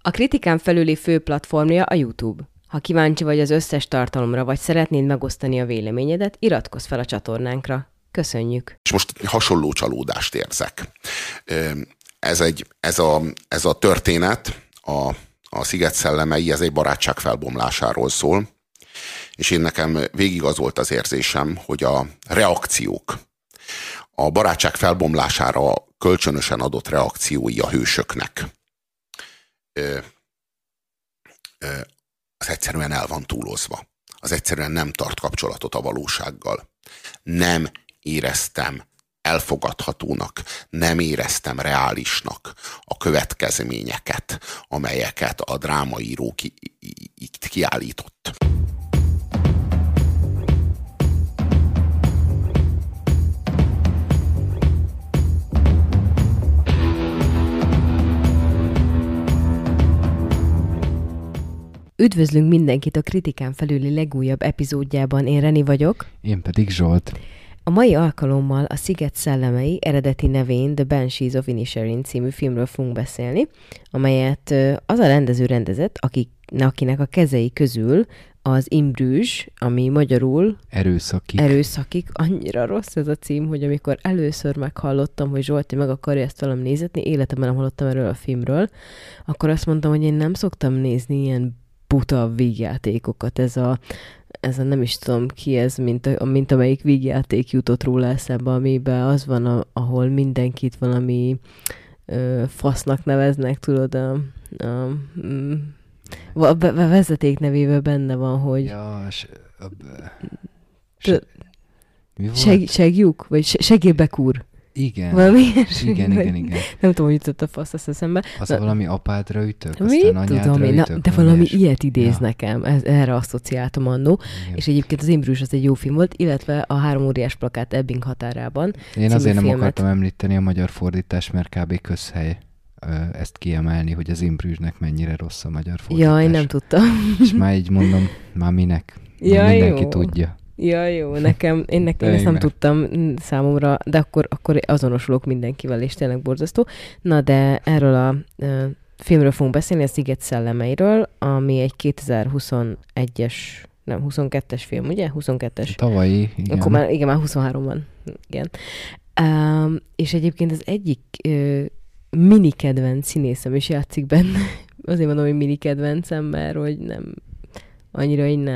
A Kritikán felüli fő platformja a YouTube. Ha kíváncsi vagy az összes tartalomra, vagy szeretnéd megosztani a véleményedet, iratkozz fel a csatornánkra. Köszönjük! És most hasonló csalódást érzek. Ez a történet, a Sziget szellemei, ez egy barátság felbomlásáról szól, és én nekem végig az volt az érzésem, hogy a reakciók, a barátság felbomlására kölcsönösen adott reakciói a hősöknek, az egyszerűen el van túlozva. Az egyszerűen nem tart kapcsolatot a valósággal. Nem éreztem elfogadhatónak, nem éreztem reálisnak a következményeket, amelyeket a drámaíró kiállított. Üdvözlünk mindenkit a Kritikán felüli legújabb epizódjában. Én Reni vagyok. Én pedig Zsolt. A mai alkalommal a Sziget szellemei eredeti nevén The Banshees of Inisherin című filmről fogunk beszélni, amelyet az a rendező rendezett, akinek a kezei közül az In Bruges, ami magyarul Erőszakik. Annyira rossz ez a cím, hogy amikor először meghallottam, hogy Zsolti meg akarja ezt velem nézetni, életemben nem hallottam erről a filmről, akkor azt mondtam, hogy én nem szoktam nézni ilyen buta vígjátékokat. Ez a nem is tudom ki ez, mint amelyik vígjáték jutott róla eszembe, amiben az van, ahol mindenkit valami fasznak neveznek, tudod, a vezeték nevében benne van, hogy segjuk? Vagy segélybekúr? Igen. Valami igen. Nem tudom, hogy jutott a fasz azt eszembe. Valami apádra ütök, aztán anyádra ütök. De valami ilyet idéz nekem. Erre asszociáltam annó. És egyébként az In Bruges az egy jó film volt, illetve a 3 óriás plakát Ebbing határában. Én azért nem akartam említeni a magyar fordítás, mert kb. Közhely ezt kiemelni, hogy az In Brugesnek mennyire rossz a magyar fordítás. Jaj, nem tudtam. És már így mondom, már minek? Mindenki jó. Tudja. Ja, jó, én ezt nem tudtam számomra, de akkor azonosulok mindenkivel, és tényleg borzasztó. Na, de erről a filmről fogunk beszélni, a Sziget szellemeiről, ami egy 22-es film, ugye? 22-es. Tavalyi, igen. Akkor már 23 van. Igen. És egyébként az egyik mini kedvenc színészem is játszik benne. Azért mondom, hogy mini kedvencem, mert hogy nem annyira így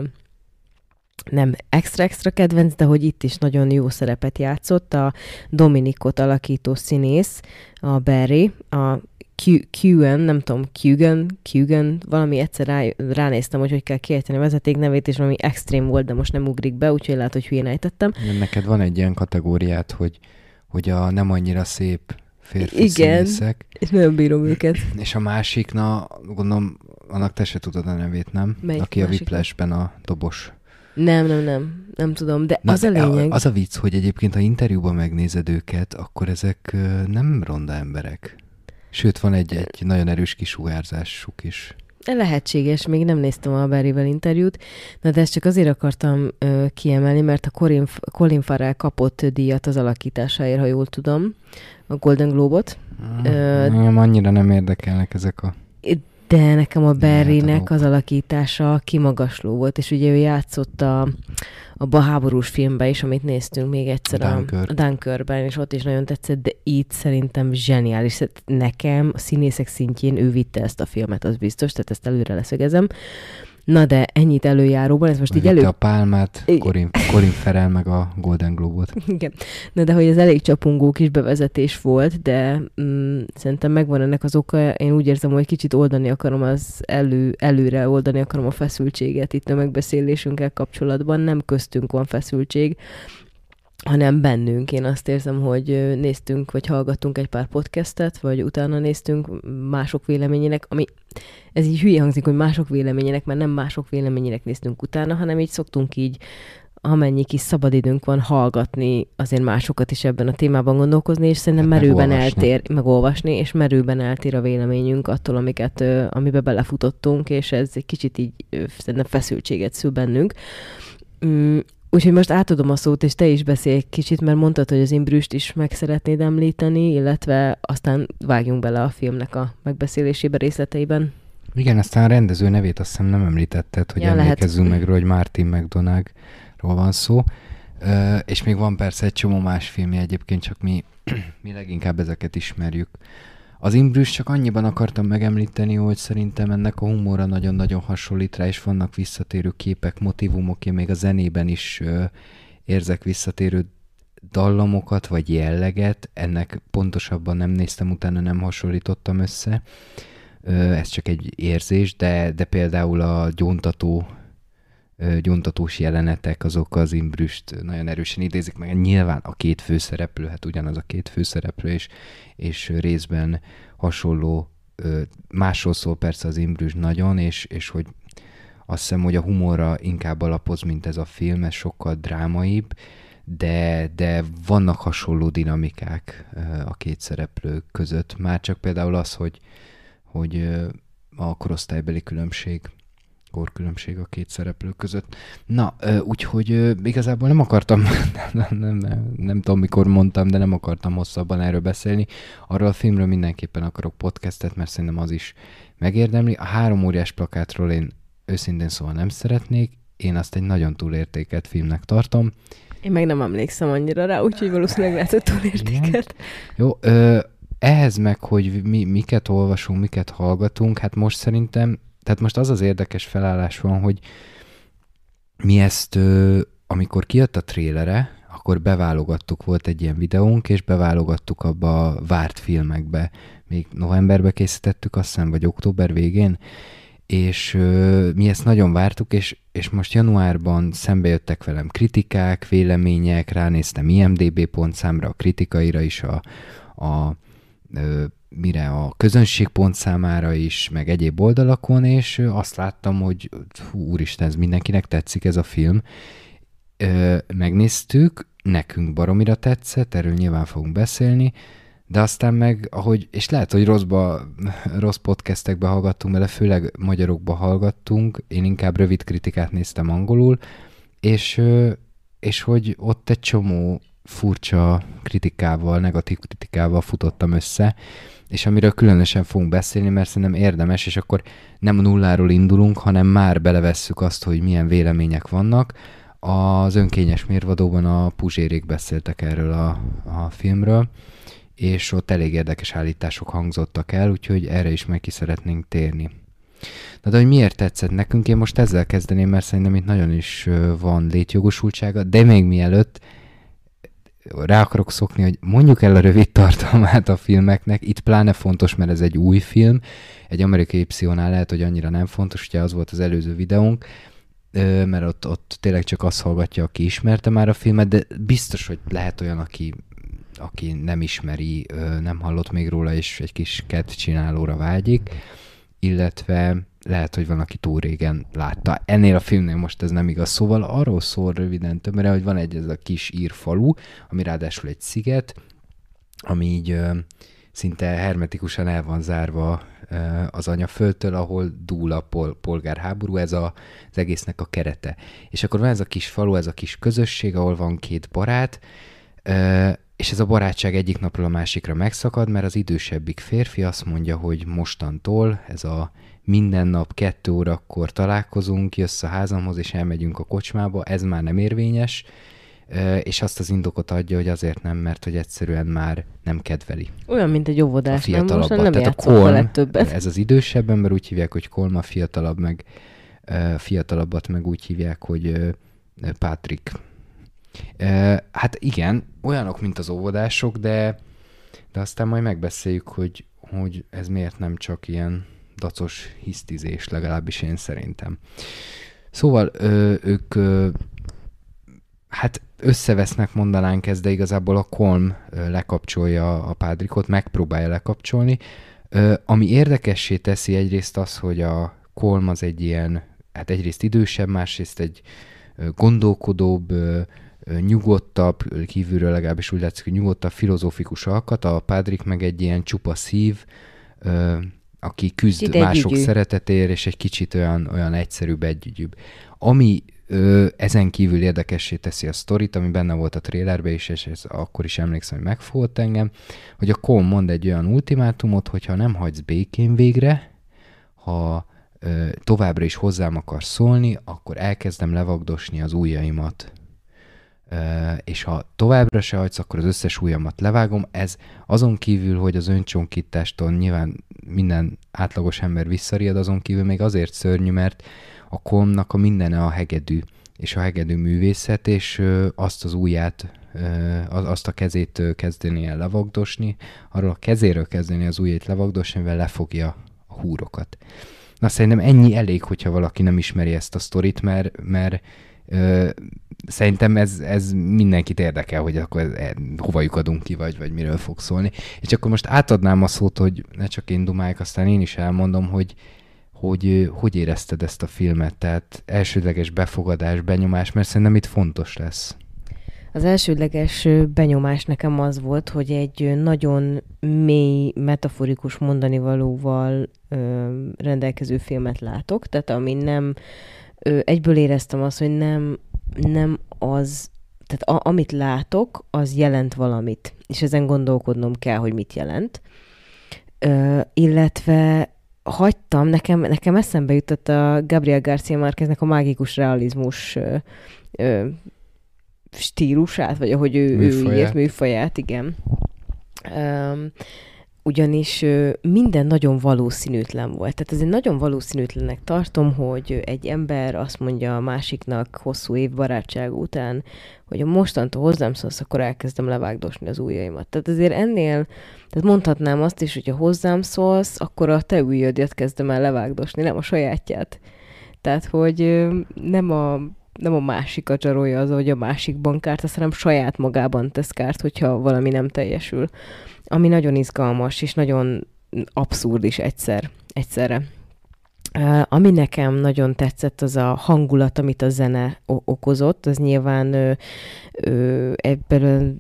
nem extra kedvenc, de hogy itt is nagyon jó szerepet játszott. A Dominikot alakító színész, a Barry, a Keoghan, nem tudom, Keoghan, valami egyszer ránéztem, hogy kell kiejteni a vezeték nevét, és valami extrém volt, de most nem ugrik be, úgyhogy lehet, hogy hülyén ejtettem. Neked van egy ilyen kategóriát, hogy a nem annyira szép férfi színészek. És nagyon bírom őket. És a másik, gondolom, annak te se tudod a nevét, nem? Melyik aki másik? A Whiplashben a dobos. Nem tudom, de az a lényeg. Az a vicc, hogy egyébként, ha interjúban megnézed őket, akkor ezek nem ronda emberek. Sőt, van egy nagyon erős kisugárzásuk is. Lehetséges, még nem néztem a Barryvel interjút, de ezt csak azért akartam kiemelni, mert a Colin Farrell kapott díjat az alakításáért, ha jól tudom, a Golden Globe-ot. Annyira nem érdekelnek ezek a... De nekem a Barrynek az alakítása kimagasló volt, és ugye ő játszott a háborús filmben is, amit néztünk még egyszer a Dunkirkben, és ott is nagyon tetszett, de itt szerintem zseniális. Nekem a színészek szintjén ő vitte ezt a filmet, az biztos, tehát ezt előre leszögezem. Na de ennyit előjáróban, ez most így a pálmát, Colin Farrell meg a Golden Globe-ot. Igen. Na de hogy ez elég csapongó kis bevezetés volt, de szerintem megvan ennek az oka. Én úgy érzem, hogy kicsit oldani akarom előre oldani akarom a feszültséget itt a megbeszélésünkkel kapcsolatban. Nem köztünk van feszültség, hanem bennünk. Én azt érzem, hogy néztünk, vagy hallgattunk egy pár podcastet, vagy utána néztünk mások véleményének, ami ez így hülye hangzik, hogy mások véleményének, mert nem mások véleményének néztünk utána, hanem így szoktunk így, amennyi kis szabadidőnk van, hallgatni azért másokat is ebben a témában gondolkozni, és szerintem merőben eltér, megolvasni, és merőben eltér a véleményünk attól, amiben belefutottunk, és ez egy kicsit így szerintem feszültséget szül bennünk. Úgyhogy most átadom a szót, és te is beszélj egy kicsit, mert mondtad, hogy az Imbrüst is meg szeretnéd említeni, illetve aztán vágjunk bele a filmnek a megbeszélésébe, részleteiben. Igen, aztán a rendező nevét azt hiszem nem említetted, hogy emlékezzünk meg róla, hogy Martin McDonagh-ról van szó. És még van persze egy csomó más filmje egyébként, csak mi leginkább ezeket ismerjük. Az Imbrüst csak annyiban akartam megemlíteni, hogy szerintem ennek a humorra nagyon-nagyon hasonlít rá, és vannak visszatérő képek, motívumok, én még a zenében is érzek visszatérő dallamokat, vagy jelleget, ennek pontosabban nem néztem utána, nem össze. Ez csak egy érzés, de például a gyóntatós jelenetek, azok az Imbrüst nagyon erősen idézik meg. Nyilván a két főszereplő, hát ugyanaz a két főszereplő, és részben hasonló, másról szól persze az Imbrüst nagyon, és hogy azt hiszem, hogy a humorra inkább alapoz, mint ez a film, ez sokkal drámaibb, de vannak hasonló dinamikák a két szereplő között. Már csak például az, hogy a korosztálybeli korkülönbség a két szereplő között. Na, úgyhogy igazából nem akartam, nem tudom mikor mondtam, de nem akartam hosszabban erről beszélni. Arról a filmről mindenképpen akarok podcastet, mert szerintem az is megérdemli. A 3 óriás plakátról én őszintén szóval nem szeretnék, én azt egy nagyon túlértékelt filmnek tartom. Én meg nem emlékszem annyira rá, úgyhogy valószínűleg lehet, hogy túlértékelt. Jó, ehhez meg, hogy miket olvasunk, miket hallgatunk, hát most szerintem, tehát most az érdekes felállás van, hogy mi ezt, amikor kijött a trélere, akkor beválogattuk, volt egy ilyen videónk, és beválogattuk abba a várt filmekbe. Még novemberben készítettük, azt hiszem, vagy október végén, és mi ezt nagyon vártuk, és most januárban szembe jöttek velem kritikák, vélemények, ránéztem IMDb pontszámra, a kritikaira is, mire a közönség pontszámára is, meg egyéb oldalakon, és azt láttam, hogy úristen, ez mindenkinek tetszik ez a film. Megnéztük, nekünk baromira tetszett, erről nyilván fogunk beszélni, de aztán meg, és lehet, hogy rossz podcastekbe hallgattunk bele, főleg magyarokba hallgattunk, én inkább rövid kritikát néztem angolul, és hogy ott egy csomó furcsa kritikával, negatív kritikával futottam össze, és amiről különösen fogunk beszélni, mert szerintem érdemes, és akkor nem nulláról indulunk, hanem már belevesszük azt, hogy milyen vélemények vannak. Az Önkényes mérvadóban a Puzsérék beszéltek erről a filmről, és ott elég érdekes állítások hangzottak el, úgyhogy erre is meg ki szeretnénk térni. De hogy miért tetszett nekünk, én most ezzel kezdeném, mert szerintem itt nagyon is van létjogosultsága, de még mielőtt rá akarok szokni, hogy mondjuk el a rövid tartalmát a filmeknek, itt pláne fontos, mert ez egy új film, egy amerikai Y-nál lehet, hogy annyira nem fontos, ugye az volt az előző videónk, mert ott tényleg csak azt hallgatja, aki ismerte már a filmet, de biztos, hogy lehet olyan, aki nem ismeri, nem hallott még róla, és egy kis kedvcsinálóra vágyik, illetve lehet, hogy van, aki túl régen látta. Ennél a filmnél most ez nem igaz. Szóval arról szól röviden többre, hogy van ez a kis ír falu, ami ráadásul egy sziget, ami így szinte hermetikusan el van zárva az anyaföldtől, ahol dúl a polgárháború, ez az egésznek a kerete. És akkor van ez a kis falu, ez a kis közösség, ahol van 2 barát, és ez a barátság egyik napról a másikra megszakad, mert az idősebbik férfi azt mondja, hogy mostantól ez a minden nap 2 órakor találkozunk, jössz a házamhoz, és elmegyünk a kocsmába, ez már nem érvényes, és azt az indokot adja, hogy azért nem, mert hogy egyszerűen már nem kedveli. Olyan, mint egy óvodás, nem most nem Tehát játszok vele többet. Ez az idősebb ember, úgy hívják, hogy Colm, a fiatalabbat meg úgy hívják, hogy Patrick. Hát igen, olyanok, mint az óvodások, de aztán majd megbeszéljük, hogy ez miért nem csak ilyen dacos hisztizés, legalábbis én szerintem. Szóval ők hát összevesznek, mondanánk ezt, de igazából a Colm lekapcsolja a Patrickot, megpróbálja lekapcsolni. Ami érdekessé teszi egyrészt az, hogy a Colm az egy ilyen, hát egyrészt idősebb, másrészt egy gondolkodóbb, nyugodtabb, kívülről legalábbis úgy látszik, hogy nyugodtabb, filozófikus alkat, a Patrick meg egy ilyen csupa szív, aki küzd Kicsit mások együgyű. szeretetéért, és egy kicsit olyan egyszerűbb, együgyűbb. Ami ezen kívül érdekessé teszi a sztorit, ami benne volt a trailerben is, és ez akkor is emlékszem, hogy megfogott engem, hogy a Colm mond egy olyan ultimátumot, hogyha nem hagysz békén végre, ha továbbra is hozzám akarsz szólni, akkor elkezdem levagdosni az ujjaimat. És ha továbbra se hagysz, akkor az összes ujjamat levágom. Ez azon kívül, hogy az öncsonkítástól nyilván minden átlagos ember visszariad, azon kívül még azért szörnyű, mert a Colmnak a mindene a hegedű, és a hegedű művészet, és azt az ujját, azt a kezét kezdeni el levagdosni, arról a kezéről kezdeni az ujjait levagdosni, mivel lefogja a húrokat. Na szerintem ennyi elég, hogyha valaki nem ismeri ezt a sztorit, mert szerintem ez mindenkit érdekel, hogy akkor hova lyukadunk ki, vagy miről fog szólni. És akkor most átadnám a szót, hogy ne csak én dumáljak, aztán én is elmondom, hogy érezted ezt a filmet, tehát elsődleges befogadás, benyomás, mert szerintem itt fontos lesz. Az elsődleges benyomás nekem az volt, hogy egy nagyon mély, metaforikus mondanivalóval rendelkező filmet látok, tehát ami nem, egyből éreztem azt, hogy nem az, tehát amit látok, az jelent valamit, és ezen gondolkodnom kell, hogy mit jelent. Illetve hagytam, nekem eszembe jutott a Gabriel García Márqueznek a mágikus realizmus stílusát, vagy ahogy ő írt, műfaját, igen. Ugyanis minden nagyon valószínűtlen volt. Tehát ez egy nagyon valószínűtlennek tartom, hogy egy ember azt mondja a másiknak hosszú év barátság után, hogy ha mostantól hozzám szólsz, akkor elkezdem levágdosni az ujjaimat. Tehát azért ennél, tehát mondhatnám azt is, hogy ha hozzám szólsz, akkor a te ujjadat kezdem el levágdosni, nem a sajátját. Tehát, hogy nem a másikat zsarolja az, hogy a másikban kárt, hanem saját magában tesz kárt, hogyha valami nem teljesül. Ami nagyon izgalmas, és nagyon abszurd is egyszerre. Ami nekem nagyon tetszett, az a hangulat, amit a zene okozott, az nyilván ebből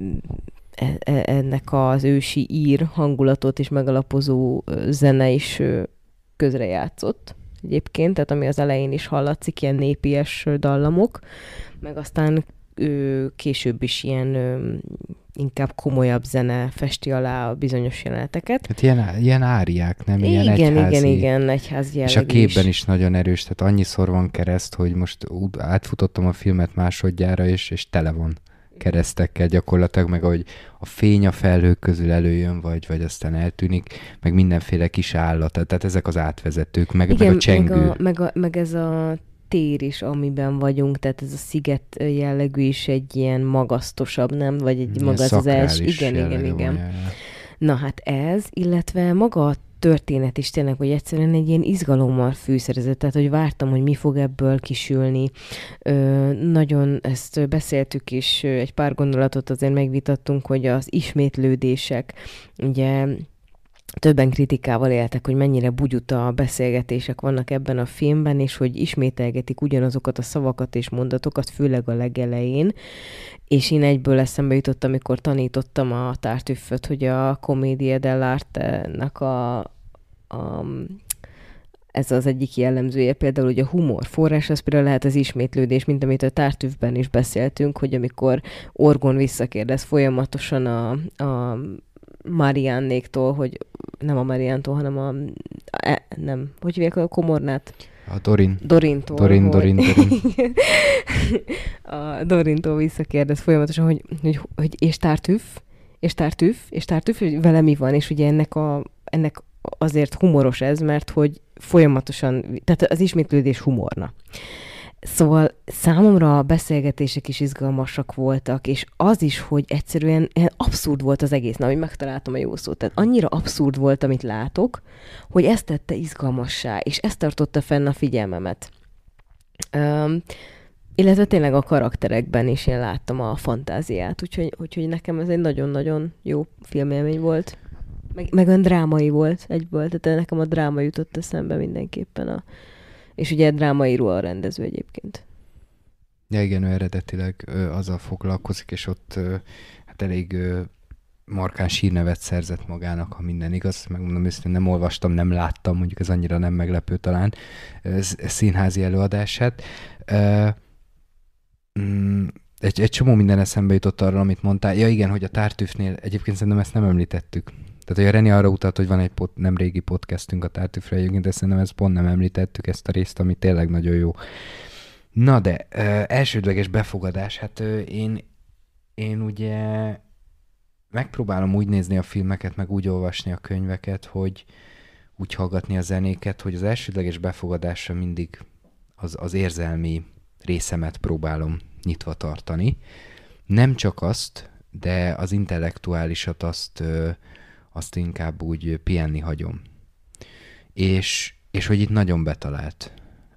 ennek az ősi ír hangulatot és megalapozó zene is közrejátszott egyébként, tehát ami az elején is hallatszik, ilyen népies dallamok, meg aztán később is ilyen inkább komolyabb zene festi alá a bizonyos jeleneteket. Hát ilyen áriák, nem? Ilyen egyházi. Igen, egyházi jellegű. És a képben is nagyon erős, tehát annyiszor van kereszt, hogy most átfutottam a filmet másodjára, és tele van keresztekkel gyakorlatilag, meg ahogy a fény a felhők közül előjön, vagy aztán eltűnik, meg mindenféle kis állat, tehát ezek az átvezetők, meg a csengő. Meg ez a tér is, amiben vagyunk, tehát ez a sziget jellegű is egy ilyen magasztosabb, nem? Vagy egy maga az első. Igen. Na hát ez, illetve maga a történet is tényleg, hogy egyszerűen egy ilyen izgalommal fűszerezett, tehát hogy vártam, hogy mi fog ebből kisülni. Nagyon ezt beszéltük is, egy pár gondolatot azért megvitattunk, hogy az ismétlődések, ugye többen kritikával éltek, hogy mennyire bugyuta beszélgetések vannak ebben a filmben, és hogy ismételgetik ugyanazokat a szavakat és mondatokat, főleg a legelején. És én egyből eszembe jutottam, amikor tanítottam a Tartüfföt, hogy a Commedia dell'arte-nak ez az egyik jellemzője, például, hogy a humor forrás, az például lehet az ismétlődés, mint amit a Tartüffben is beszéltünk, hogy amikor Orgon visszakérdez folyamatosan a Mariannéktól, hogy nem a Mariantól, hanem hogy hívják a komornát? A Dorintól. Dorin. A Dorintól visszakérdez folyamatosan, hogy és Tartüff, hogy vele mi van, és ugye ennek azért humoros ez, mert hogy folyamatosan, tehát az ismétlődés humorna. Szóval számomra a beszélgetések is izgalmasak voltak, és az is, hogy egyszerűen abszurd volt az egész, hogy megtaláltam a jó szót. Tehát annyira abszurd volt, amit látok, hogy ezt tette izgalmassá, és ezt tartotta fenn a figyelmemet. Illetve tényleg a karakterekben is én láttam a fantáziát, úgyhogy nekem ez egy nagyon-nagyon jó filmélmény volt. Meg olyan drámai volt egyből, tehát nekem a dráma jutott eszembe mindenképpen és ugye drámaíró a rendező egyébként. Ja igen, ő eredetileg azzal foglalkozik, és ott hát elég markáns hírnevet szerzett magának, ha minden igaz. Megmondom őszintén, nem olvastam, nem láttam, mondjuk ez annyira nem meglepő talán, színházi előadását. Egy csomó minden eszembe jutott arra, amit mondtál. Ja igen, hogy a Tartüffnél, egyébként szerintem ezt nem említettük. Tehát, hogy a Reni arra utalt, hogy van egy nem régi podcastünk a Tartüffre egyébként, de szerintem ezt pont nem említettük, ezt a részt, ami tényleg nagyon jó. Na de, elsődleges befogadás, hát én ugye megpróbálom úgy nézni a filmeket, meg úgy olvasni a könyveket, hogy úgy hallgatni a zenéket, hogy az elsődleges befogadásra mindig az érzelmi részemet próbálom nyitva tartani. Nem csak azt, de az intellektuálisat azt inkább úgy pihenni hagyom. És hogy itt nagyon betalált.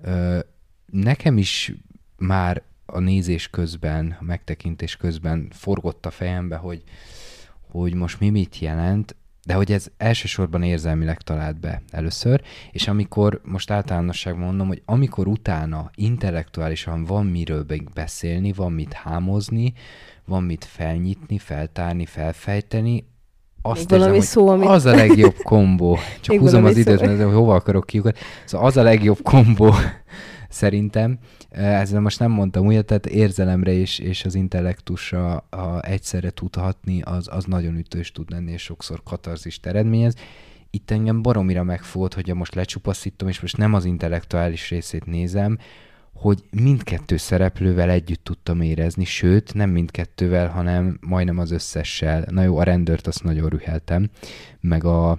Nekem is már a nézés közben, a megtekintés közben forgott a fejembe, hogy most mit jelent, de hogy ez elsősorban érzelmileg talált be először, és amikor, most általánosságban mondom, hogy amikor utána intellektuálisan van miről beszélni, van mit hámozni, van mit felnyitni, feltárni, felfejteni, azt érzem, hogy szó, amit... az a legjobb kombó. Csak húzom az időt, mert hova akarok kiugatni. Szóval az a legjobb kombó szerintem. Ezzel most nem mondtam újat, tehát érzelemre és az intellektusra egyszerre tudhatni, az nagyon ütős tud lenni, és sokszor katarzist eredményez. Itt engem baromira megfogott, hogyha most lecsupaszítom, és most nem az intellektuális részét nézem, hogy mindkettő szereplővel együtt tudtam érezni, sőt, nem mindkettővel, hanem majdnem az összessel. Na jó, a rendőrt azt nagyon rüheltem, meg a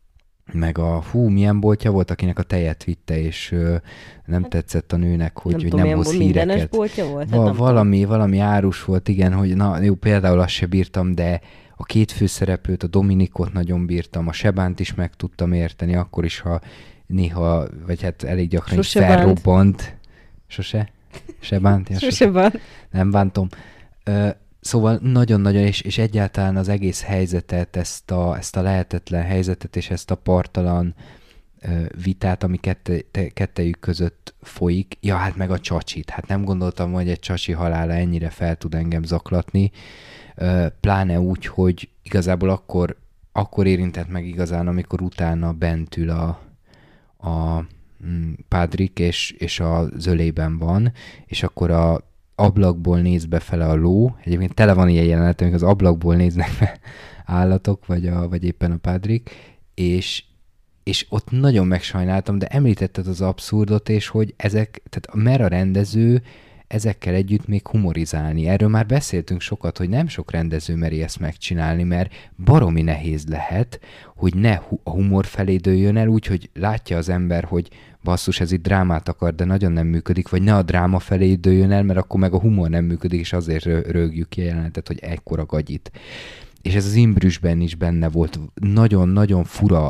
milyen boltja volt, akinek a tejet vitte, és nem tetszett a nőnek, hogy nem hoz híreket. Mindenes boltja volt? Valami árus volt, igen, hogy na jó, például azt se bírtam, de a két főszereplőt, a Dominikot nagyon bírtam, a Sebánt is meg tudtam érteni, akkor is, ha néha, vagy hát elég gyakran is felrobbant. Sose? Sebánt? Ja, sose bánt. Nem bántom. Szóval nagyon-nagyon, és egyáltalán az egész helyzetet, ezt a lehetetlen helyzetet, és ezt a parttalan vitát, ami kettejük között folyik. Ja, hát meg a csacsit. Hát nem gondoltam, hogy egy csacsi halála ennyire fel tud engem zaklatni. Pláne úgy, hogy igazából akkor érintett meg igazán, amikor utána bent ül a Pádrik, és a zölében van, és akkor a ablakból néz befele a ló. Egyébként tele van ilyen jelenet, amikor az ablakból néznek be állatok, vagy éppen a Pádrik, és ott nagyon megsajnáltam, de említetted az abszurdot, és hogy tehát mer a rendező ezekkel együtt még humorizálni. Erről már beszéltünk sokat, hogy nem sok rendező meri ezt megcsinálni, mert baromi nehéz lehet, hogy ne a humor felé dőljön el, úgyhogy látja az ember, hogy basszus, ez itt drámát akar, de nagyon nem működik, vagy ne a dráma felé dőljön el, mert akkor meg a humor nem működik, és azért rögjük ki a jelenetet, hogy ekkora gagyit. És ez az Imbrüsben is benne volt. Nagyon-nagyon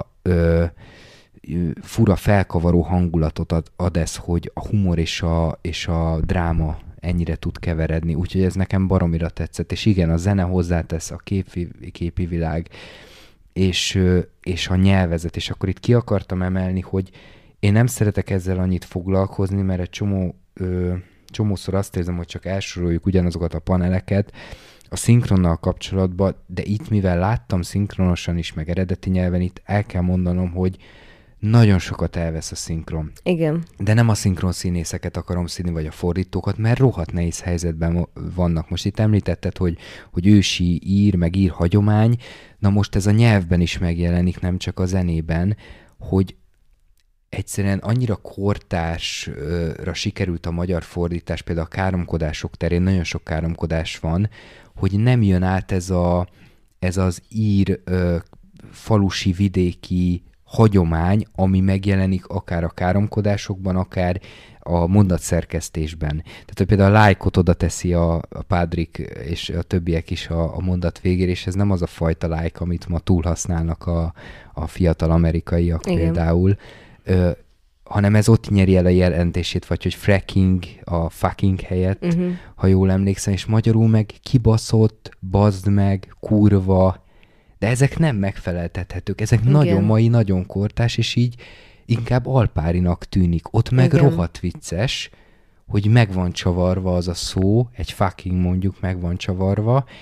fura felkavaró hangulatot ad ez, hogy a humor és a dráma ennyire tud keveredni, úgyhogy ez nekem baromira tetszett, és igen, a zene hozzátesz, a képi világ, és a nyelvezet, és akkor itt ki akartam emelni, hogy én nem szeretek ezzel annyit foglalkozni, mert egy csomószor azt érzem, hogy csak elsoroljuk ugyanazokat a paneleket a szinkronnal kapcsolatban, de itt, mivel láttam szinkronosan is, meg eredeti nyelven, itt el kell mondanom, hogy nagyon sokat elvesz a szinkron. Igen. De nem a szinkron színészeket akarom színi, vagy a fordítókat, mert rohadt nehéz helyzetben vannak. Most itt említetted, hogy ősi ír, meg ír hagyomány, na most ez a nyelvben is megjelenik, nem csak a zenében, hogy egyszerűen annyira kortársra sikerült a magyar fordítás, például a káromkodások terén nagyon sok káromkodás van, hogy nem jön át ez az ír falusi, vidéki hagyomány, ami megjelenik akár a káromkodásokban, akár a mondatszerkesztésben. Tehát, hogy például a lájkot oda teszi a Pádrik és a többiek is a mondat végére, és ez nem az a fajta lájk, amit ma túlhasználnak a fiatal amerikaiak. Igen. Például, hanem ez ott nyeri el a jelentését, vagy hogy fracking a fucking helyett, ha jól emlékszem, és magyarul meg kibaszott, bazd meg, kurva, de ezek nem megfeleltethetők, ezek nagyon mai, nagyon kortás, és így inkább alpárinak tűnik. Ott meg rohadt vicces, hogy meg van csavarva az a szó, egy fucking mondjuk meg van csavarva,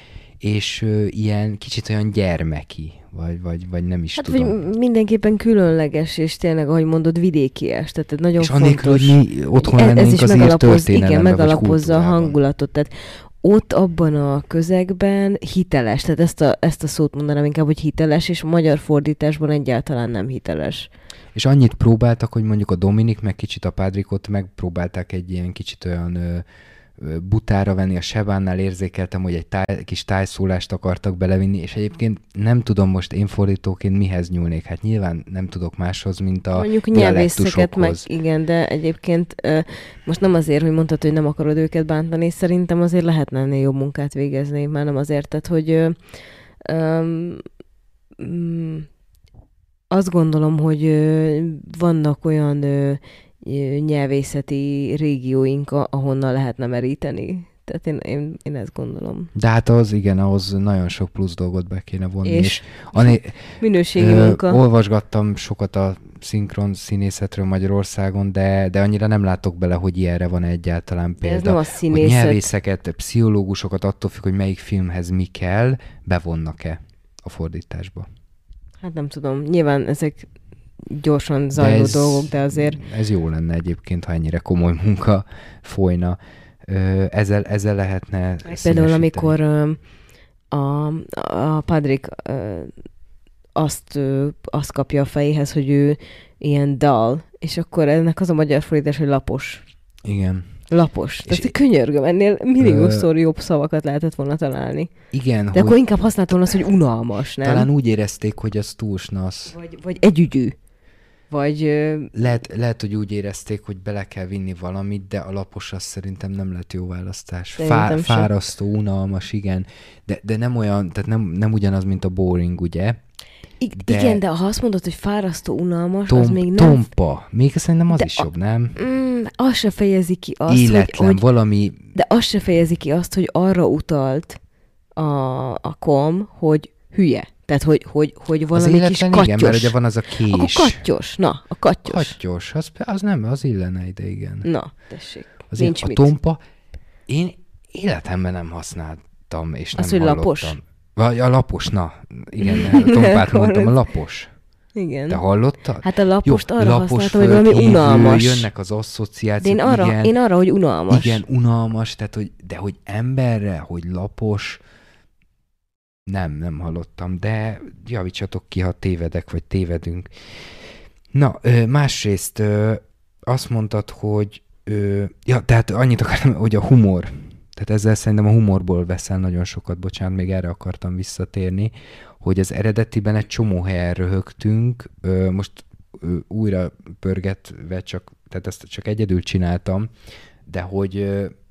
és ilyen kicsit olyan gyermeki, vagy nem is tudom. Vagy mindenképpen különleges, és tényleg, ahogy mondod, vidékies. Tehát nagyon és fontos. annélkül, hogy mi otthon lennénk az ír történelemben, igen, megalapozza a kultúrában. hangulatot. Tehát ott abban a közegben hiteles. Tehát ezt a szót mondanám inkább, hogy hiteles, és a magyar fordításban egyáltalán nem hiteles. És annyit próbáltak, hogy mondjuk a Dominik, meg kicsit a Pádrikot megpróbálták egy ilyen kicsit olyan butára venni, a Sebánnál érzékeltem, hogy egy kis tájszólást akartak belevinni, és egyébként nem tudom most én fordítóként mihez nyúlnék. Hát nyilván nem tudok máshoz, mint a mondjuk nyelvészeket meg, dialektusokhoz. igen, de egyébként most nem azért, hogy mondtad, hogy nem akarod őket bántani, szerintem azért lehetne ennél jobb munkát végezni, már nem azért, tehát, hogy azt gondolom, hogy vannak olyan nyelvészeti régióink, ahonnan lehetne meríteni. Tehát én ezt gondolom. De hát ahhoz nagyon sok plusz dolgot be kéne vonni. És minőségi munka. Olvasgattam sokat a szinkron színészetről Magyarországon, de annyira nem látok bele, hogy ilyenre van egyáltalán példa. Ez nem a színészet. Hogy nyelvészeket, pszichológusokat attól függ, hogy melyik filmhez mi kell, bevonnak-e a fordításba. Hát nem tudom. Nyilván ezek gyorsan zajló dolgok, de azért... Ez jó lenne egyébként, ha ennyire komoly munka folyna. Ezzel lehetne például amikor a Pádrik azt kapja a fejéhez, hogy ő ilyen dal, és akkor ennek az a magyar fordítás, hogy lapos. Igen. Lapos. Tehát könyörgöm, ennél milliószor jobb szavakat lehetett volna találni. Igen. De akkor inkább használtam azt, hogy unalmas, nem? Talán úgy érezték, hogy az túl snasz. Vagy együgyű. Vagy... Lehet, hogy úgy érezték, hogy bele kell vinni valamit, de a lapos az szerintem nem lett jó választás. Fárasztó, unalmas, igen. De nem olyan, tehát nem ugyanaz, mint a boring, ugye? Igen, de ha azt mondod, hogy fárasztó, unalmas, az még nem... Tompa. Még szerintem az is jobb, nem? Az se fejezi ki azt, életlen, valami... De az se fejezi ki azt, hogy arra utalt a kom, hogy hülye. Tehát, hogy valami kis kattyos. Igen, mert ugye van az a kés. Akkor kattyos, na, a kattyos. Kattyos, az nem, az illene ide, igen. Na, tessék, azért nincs a mit. tompa, én életemben nem használtam, és az, nem hogy hallottam. Lapos? Vagy a lapos, na, igen, a tompát mondtam, a lapos. Igen. Te hallottad? Hát a lapost jó, arra lapos használtam, hogy valami unalmas. Jönnek az asszociációk. De én arra, hogy unalmas. Igen, unalmas, tehát, hogy emberre, hogy lapos, nem hallottam, de javítsatok ki, ha tévedek, vagy tévedünk. Na, másrészt azt mondtad, hogy tehát annyit akartam, hogy a humor. Tehát ezzel szerintem a humorból veszel nagyon sokat, bocsánat, még erre akartam visszatérni, hogy az eredetiben egy csomó helyen röhögtünk, most újra pörgetve, tehát ezt csak egyedül csináltam, de hogy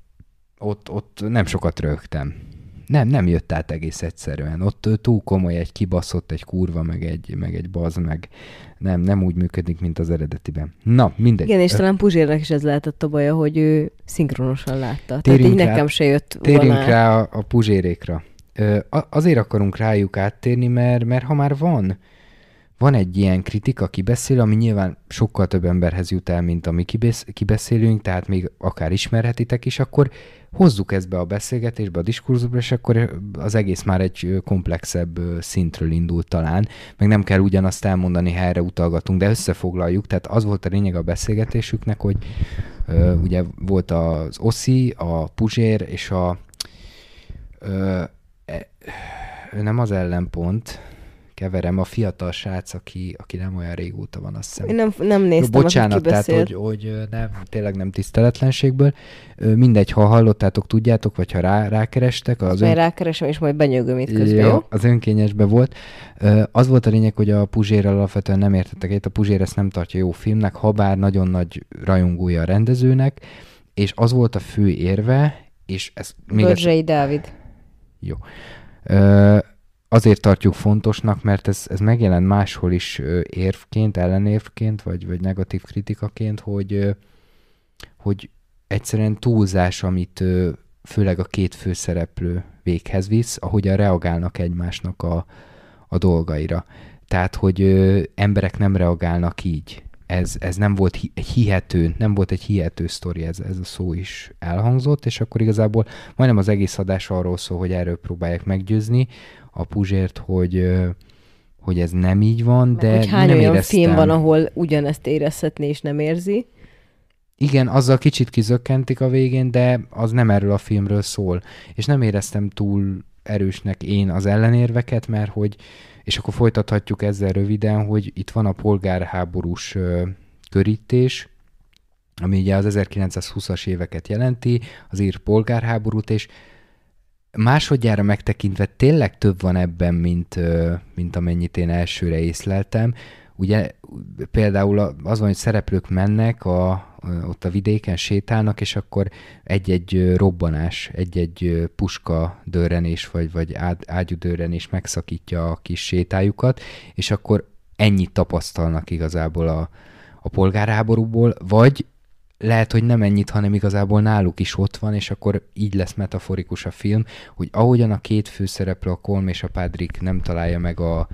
ott nem sokat röhögtem. Nem jött át egész egyszerűen. Ott túl komoly egy kibaszott, egy kurva, meg egy bazd meg. Nem úgy működik, mint az eredetiben. Na, mindegy. Igen, és talán Puzsérnek is ez lehetett a baja, hogy ő szinkronosan látta. Tehát így nekem se jött volna. Térjünk rá a Puzsérékra. Azért akarunk rájuk áttérni, mert ha már van egy ilyen kritika, kibeszél, ami nyilván sokkal több emberhez jut el, mint ami kibeszélünk, tehát még akár ismerhetitek is, akkor hozzuk ezt be a beszélgetésbe, a diskurzusba, és akkor az egész már egy komplexebb szintről indult talán, meg nem kell ugyanazt elmondani, ha erre utalgatunk, de összefoglaljuk, tehát az volt a lényeg a beszélgetésüknek, hogy ugye volt az Oszi, a Puzsér, és nem az ellenpont, keverem, a fiatal srác, aki nem olyan régóta van, azt hiszem. Én nem néztem, bocsánat, tehát, hogy nem, tényleg nem tiszteletlenségből. Mindegy, ha hallottátok, tudjátok, vagy ha rákerestek. Majd rákeresem, és majd benyögöm itt közben, jó? Az önkényesben volt. Az volt a lényeg, hogy a Puzsérrel alapvetően nem értettek egyet. A Puzsér ezt nem tartja jó filmnek, habár nagyon nagy rajongója a rendezőnek, és az volt a fő érve, és ez még... Börzsei Dávid. Jó. Azért tartjuk fontosnak, mert ez megjelent máshol is érvként, ellenérvként, vagy negatív kritikaként, hogy egyszerűen túlzás, amit főleg a két főszereplő véghez visz, ahogyan reagálnak egymásnak a dolgaira. Tehát, hogy emberek nem reagálnak így. ez nem volt nem volt egy hihető sztori, ez a szó is elhangzott, és akkor igazából majdnem az egész adás arról szól, hogy erről próbálják meggyőzni a Puzsért, hogy ez nem így van, de hogy hány nem olyan éreztem. film van, ahol ugyanezt érezhetné, és nem érzi. Igen, azzal kicsit kizökkentik a végén, de az nem erről a filmről szól. És nem éreztem túl erősnek én az ellenérveket, mert hogy, és akkor folytathatjuk ezzel röviden, hogy itt van a polgárháborús körítés, ami ugye az 1920-as éveket jelenti, az ír polgárháborút, és másodjára megtekintve tényleg több van ebben, mint amennyit én elsőre észleltem. Ugye például az van, hogy szereplők mennek, ott a vidéken sétálnak, és akkor egy-egy robbanás, egy-egy puska dörrenés, vagy ágyú dörrenés megszakítja a kis sétájukat, és akkor ennyit tapasztalnak igazából a polgárháborúból, vagy lehet, hogy nem ennyit, hanem igazából náluk is ott van, és akkor így lesz metaforikus a film, hogy ahogyan a két főszereplő, a Colm és a Patrick nem találja meg a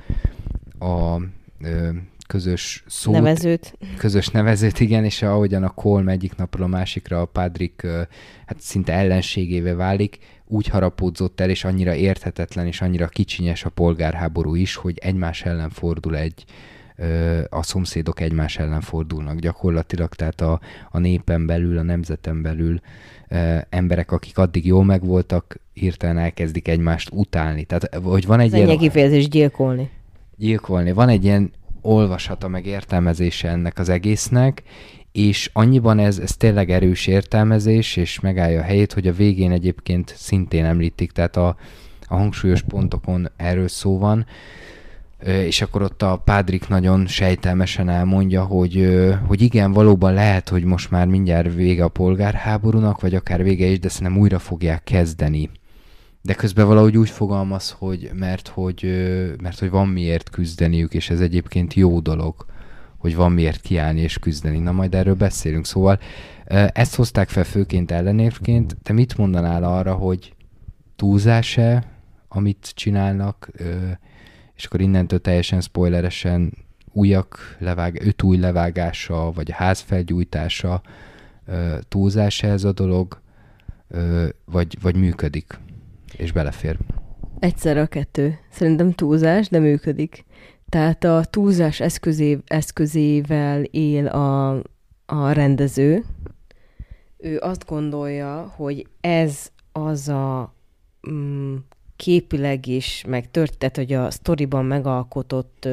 közös szót. Közös nevezőt, igen, és ahogyan a Colm egyik napról a másikra a Patrick hát szinte ellenségévé válik, úgy harapódzott el, és annyira érthetetlen, és annyira kicsinyes a polgárháború is, hogy egymás ellen fordul a szomszédok egymás ellen fordulnak gyakorlatilag, tehát a népen belül, a nemzeten belül emberek, akik addig jól megvoltak, hirtelen elkezdik egymást utálni. Tehát, hogy van egy ilyen... kifejezés gyilkolni. Van egy ilyen olvasata, meg értelmezése ennek az egésznek, és annyiban ez tényleg erős értelmezés, és megállja a helyét, hogy a végén egyébként szintén említik, tehát a hangsúlyos pontokon erről szó van, és akkor ott a Patrick nagyon sejtelmesen elmondja, hogy igen, valóban lehet, hogy most már mindjárt vége a polgárháborúnak, vagy akár vége is, de szerintem újra fogják kezdeni. De közben valahogy úgy fogalmaz, hogy mert hogy van miért küzdeniük, és ez egyébként jó dolog, hogy van miért kiállni és küzdeni. Na, majd erről beszélünk. Szóval ezt hozták fel főként ellenérvként. Te mit mondanál arra, hogy túlzás-e, amit csinálnak, és akkor innentől teljesen spoileresen öt új levágása, vagy a ház felgyújtása, túlzás-e ez a dolog, vagy működik, és belefér? Egyszerre a kettő. Szerintem túlzás, de működik. Tehát a túlzás eszközével él a rendező. Ő azt gondolja, hogy ez az a képileg is, tehát hogy a sztoriban megalkotott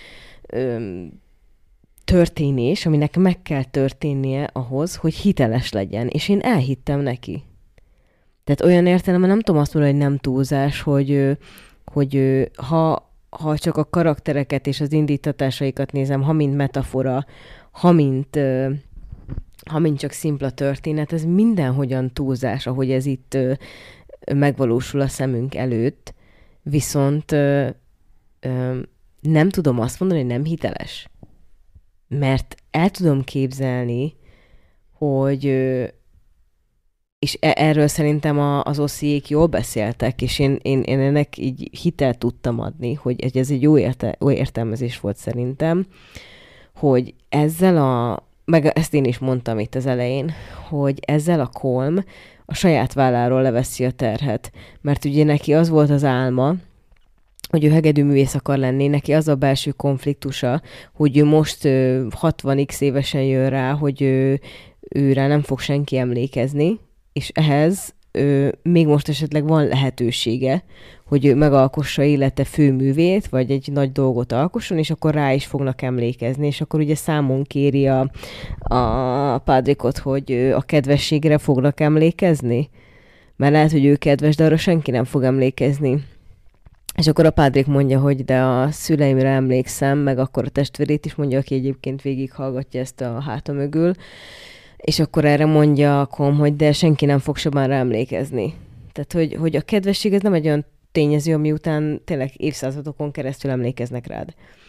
történés, aminek meg kell történnie ahhoz, hogy hiteles legyen. És én elhittem neki. Tehát olyan értelemben nem tudom azt mondani, hogy nem túlzás, hogy ha csak a karaktereket és az indítatásaikat nézem, ha mint metafora, ha mint csak szimpla történet, ez mindenhogyan túlzás, ahogy ez itt megvalósul a szemünk előtt, viszont nem tudom azt mondani, hogy nem hiteles. Mert el tudom képzelni, hogy és erről szerintem az Osziék jól beszéltek, és én ennek így hitelt tudtam adni, hogy ez egy jó értelmezés volt szerintem, hogy meg ezt én is mondtam itt az elején, hogy ezzel a Colm a saját válláról leveszi a terhet. Mert ugye neki az volt az álma, hogy ő hegedűművész akar lenni, neki az a belső konfliktusa, hogy ő most 60x évesen jön rá, hogy őre nem fog senki emlékezni, és ehhez még most esetleg van lehetősége, hogy ő megalkossa élete főművét, vagy egy nagy dolgot alkosson, és akkor rá is fognak emlékezni, és akkor ugye számon kéri a Patrickot, hogy a kedvességre fognak emlékezni, mert lehet, hogy ő kedves, de arra senki nem fog emlékezni. És akkor a Patrick mondja, hogy de a szüleimre emlékszem, meg akkor a testvérét is mondja, aki egyébként végighallgatja ezt a háta mögül, és akkor erre mondja a Colm, hogy de senki nem fog sem rá emlékezni. Tehát, hogy a kedvesség ez nem egy olyan tényező, ami után tényleg évszázadokon keresztül emlékeznek rád.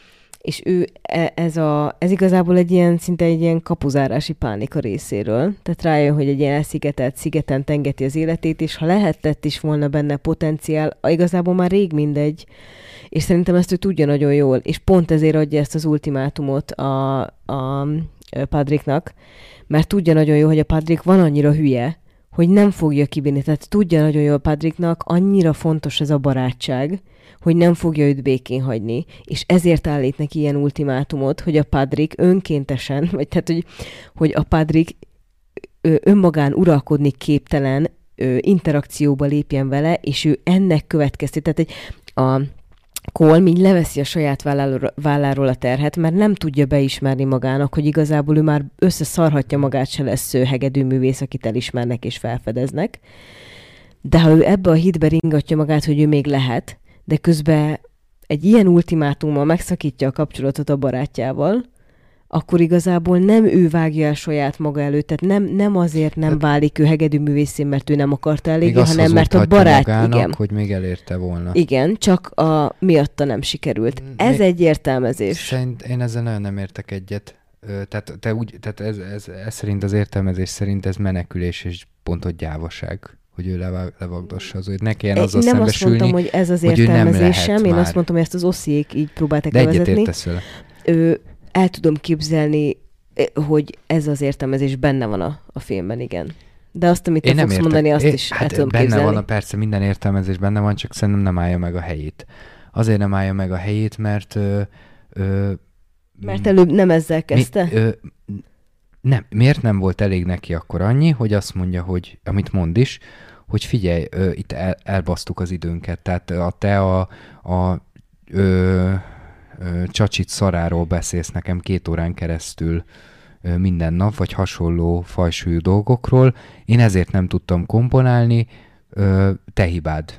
és ő ez igazából szinte egy ilyen kapuzárási pánika részéről. Tehát rájön, hogy egy ilyen elszigetelt szigeten tengeti az életét, és ha lehetett is volna benne potenciál, igazából már rég mindegy, és szerintem ezt ő tudja nagyon jól, és pont ezért adja ezt az ultimátumot a Padriknak, mert tudja nagyon jól, hogy a Padrik van annyira hülye, hogy nem fogja kibírni. Tehát tudja nagyon jól Padriknak, annyira fontos ez a barátság, hogy nem fogja őt békén hagyni, és ezért állít neki ilyen ultimátumot, hogy a Padrik önkéntesen, vagy tehát, hogy a Padrik önmagán uralkodni képtelen interakcióba lépjen vele, és ő ennek következti. Tehát a Colm így leveszi a saját válláról a terhet, mert nem tudja beismerni magának, hogy igazából ő már összeszarhatja magát, se lesz hegedűművész, akit elismernek és felfedeznek. De ha ő ebbe a hitbe ringatja magát, hogy ő még lehet, de közben egy ilyen ultimátummal megszakítja a kapcsolatot a barátjával, akkor igazából nem ő vágja el saját maga előtt, tehát nem azért nem válik ő hegedűművészén, mert ő nem akarta eléggé, hanem mert a barát... magának, igen, hogy még elérte volna. Igen, csak miatta nem sikerült. Ez egy értelmezés. Én ezzel nagyon nem értek egyet. Tehát ez szerint az értelmezés szerint ez menekülés és pont hogy gyávaság, hogy ő levagdossa az, hogy ne kelljen azzal szembesülni, nem azt mondtam, hogy ez az értelmezésem, én azt mondtam, hogy ezt az ossziék így próbálták levezetni. De egyetértesz vele. El tudom képzelni, hogy ez az értelmezés benne van a filmben, igen. De azt, amit te fogsz mondani, azt is el tudom benne képzelni. Van, persze minden értelmezés benne van, csak szerintem nem állja meg a helyét. Azért nem állja meg a helyét, mert... mert előbb nem ezzel kezdte? Nem. Miért nem volt elég neki akkor annyi, hogy azt mondja, hogy, amit mond is, hogy figyelj, itt elbasztuk az időnket. Tehát te a csacsit szaráról beszélsz nekem 2 órán keresztül minden nap, vagy hasonló fajsúlyú dolgokról. Én ezért nem tudtam komponálni, te hibád.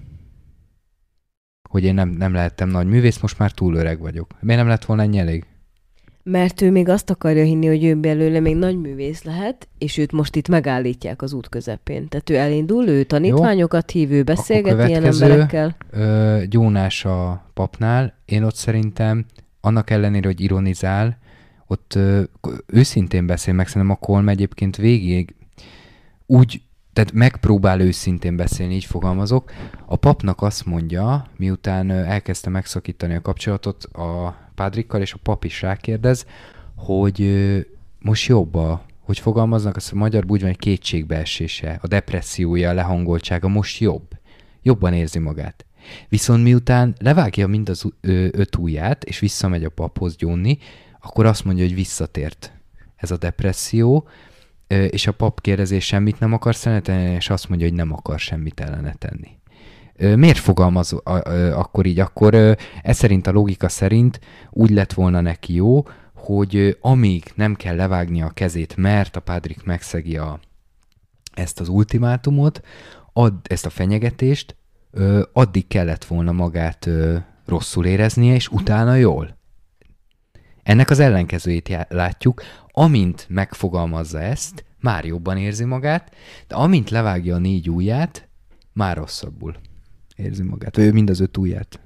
Hogy én nem lehettem nagy művész, most már túl öreg vagyok. Miért nem lett volna ennyi elég? Mert ő még azt akarja hinni, hogy ő belőle még nagy művész lehet, és őt most itt megállítják az út közepén. Tehát ő elindul, ő tanítványokat hív, ő beszélget ilyen emberekkel. Gyónás a papnál. Én ott szerintem, annak ellenére, hogy ironizál, ott őszintén beszél, meg szerintem a Colm egyébként végig úgy, tehát megpróbál őszintén beszélni, így fogalmazok. A papnak azt mondja, miután elkezdte megszakítani a kapcsolatot a Padrikkal, és a pap is rákérdez, hogy most jobb hogy fogalmaznak, azt a magyar úgy van, hogy kétségbeesése, a depressziója, a lehangoltsága most jobb. Jobban érzi magát. Viszont miután levágja mind az 5 ujját, és visszamegy a paphoz gyónni, akkor azt mondja, hogy visszatért ez a depresszió, és a pap kérdezi, semmit nem akarsz ellene tenni, és azt mondja, hogy nem akar semmit ellene tenni. Miért fogalmaz akkor így? Akkor ez szerint a logika szerint úgy lett volna neki jó, hogy amíg nem kell levágnia a kezét, mert a Padrik megszegi ezt az ultimátumot, ezt a fenyegetést, addig kellett volna magát rosszul éreznie, és utána jól. Ennek az ellenkezőjét látjuk, amint megfogalmazza ezt, már jobban érzi magát, de amint levágja a 4 ujját, már rosszabbul érzi magát. Vagy mind az 5 ujját.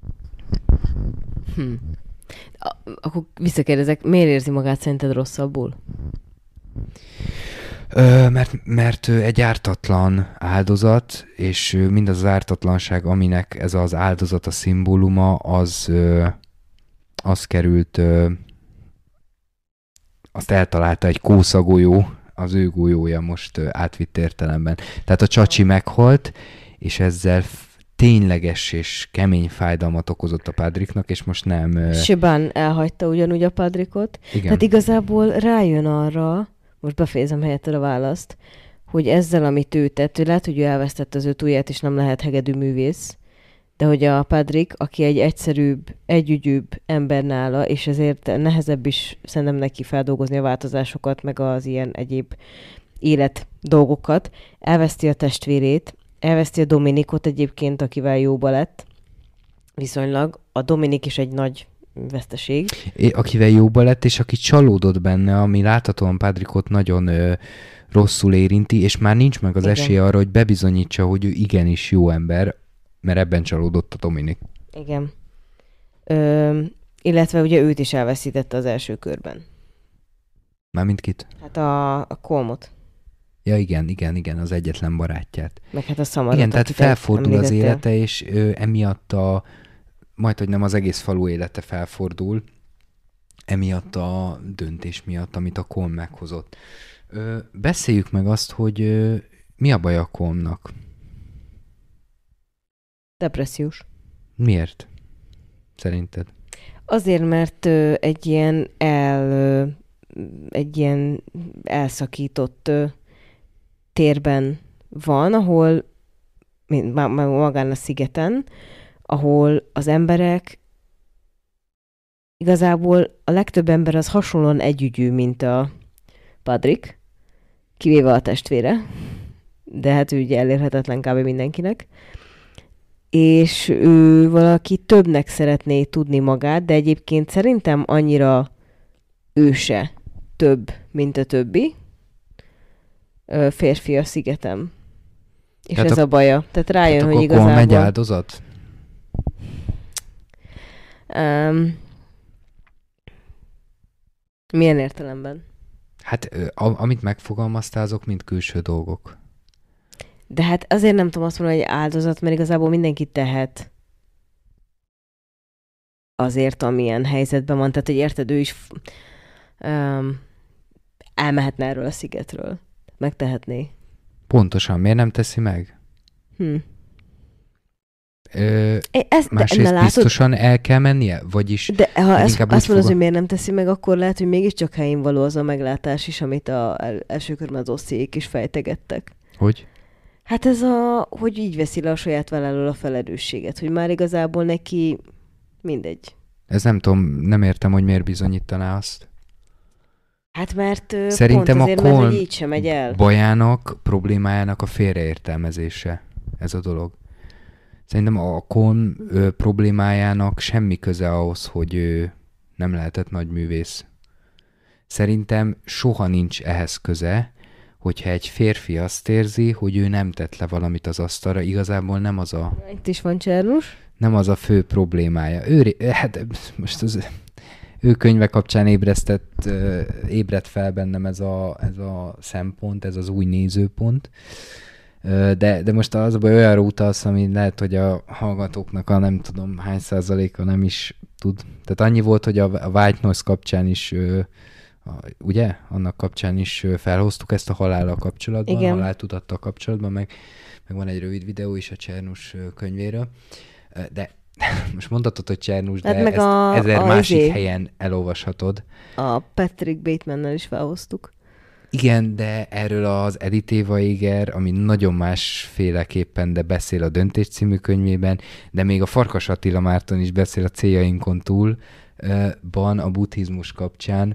Akkor visszakérdezek, miért érzi magát szerinted rosszabbul? Mert egy ártatlan áldozat, és mindaz az ártatlanság, aminek ez az áldozat a szimbóluma, az került, azt eltalálta egy kószagolyó, az ő golyója most átvitt értelemben. Tehát a csacsi meghalt, és ezzel tényleges és kemény fájdalmat okozott a Padriknak, és most nem... Siobhan elhagyta ugyanúgy a Padrikot. Igen. Tehát igazából rájön arra, most befejezem helyetted a választ, hogy ezzel, amit ő tett, ő lehet, hogy ő elvesztette az 5 ujját, és nem lehet hegedűművész, de hogy a Padrik, aki egy egyszerűbb, együgyűbb ember nála, és ezért nehezebb is szerintem neki feldolgozni a változásokat, meg az ilyen egyéb élet dolgokat, elveszti a testvérét, elveszti a Dominikot egyébként, akivel jóba lett, viszonylag. A Dominik is egy nagy veszteség. Akivel jóba lett, és aki csalódott benne, ami láthatóan Padrikot nagyon rosszul érinti, és már nincs meg az esélye arra, hogy bebizonyítsa, hogy ő igenis jó ember, mert ebben csalódott a Dominik. Igen. Illetve ugye őt is elveszítette az első körben. Mármint kit? Hát a Colmot. Ja, igen, az egyetlen barátját. Meg hát a Samarat. Igen, tehát felfordul az említettél. élete, és emiatt majdhogy nem az egész falu élete felfordul, emiatt a döntés miatt, amit a Colm meghozott. Beszéljük meg azt, hogy mi a baj a Colmnak? Depressziós. Miért? Szerinted? Azért, mert egy ilyen elszakított térben van, ahol magán a szigeten, ahol az emberek igazából a legtöbb ember az hasonlóan együgyű, mint a Padrik, kivéve a testvére, de hát ő ugye elérhetetlen kb. Mindenkinek. És ő valaki többnek szeretné tudni magát, de egyébként szerintem annyira ő se több, mint a többi férfi a szigetem. És tehát ez a baja. Tehát rájön, tehát hogy igazából... igazából... megy áldozat? Milyen értelemben? Hát amit megfogalmaztál, azok mind külső dolgok. De hát azért nem tudom azt mondani, hogy áldozat, mert igazából mindenki tehet azért, amilyen helyzetben van. Tehát, hogy érted, ő is elmehetne erről a szigetről. Megtehetné. Pontosan, miért nem teszi meg? Másrészt biztosan el kell mennie? Vagyis de ha azt mondod, hogy miért nem teszi meg, akkor lehet, hogy mégiscsak helyén való az a meglátás is, amit első körben az oszélyék is fejtegettek. Hogy? Hát hogy így veszi le a saját vállalról a felelősséget, hogy már igazából neki mindegy. Ez nem tudom, nem értem, hogy miért bizonyítaná azt. Hát mert szerintem pont azért, a Colm mert hogy így sem megy el. bajának, problémájának a félreértelmezése ez a dolog. Szerintem a Colm problémájának semmi köze ahhoz, hogy ő nem lehetett nagy művész. Szerintem soha nincs ehhez köze, hogyha egy férfi azt érzi, hogy ő nem tett le valamit az asztalra, igazából nem az a... Itt is van Csernus. Nem az a fő problémája. Hát most ő könyve kapcsán ébredt fel bennem ez a szempont, ez az új nézőpont. De most az a baj, olyanra utalsz, ami lehet, hogy a hallgatóknak a nem tudom hány százaléka nem is tud. Tehát annyi volt, hogy a White Noise kapcsán is, ugye? Annak kapcsán is felhoztuk ezt a halállal kapcsolatban, igen. A haláltudattal kapcsolatban, meg van egy rövid videó is a Csernus könyvéről. De most mondhatod, hogy Csernus, de meg ezt 1000 másik helyen elolvashatod. A Patrick Batemannel is felhoztuk. Igen, de erről az Edith Eva Eger, ami nagyon másféleképpen, de beszél a Döntés című könyvében, de még a Farkas Attila Márton is beszél a Céljainkon túlban a buddhizmus kapcsán,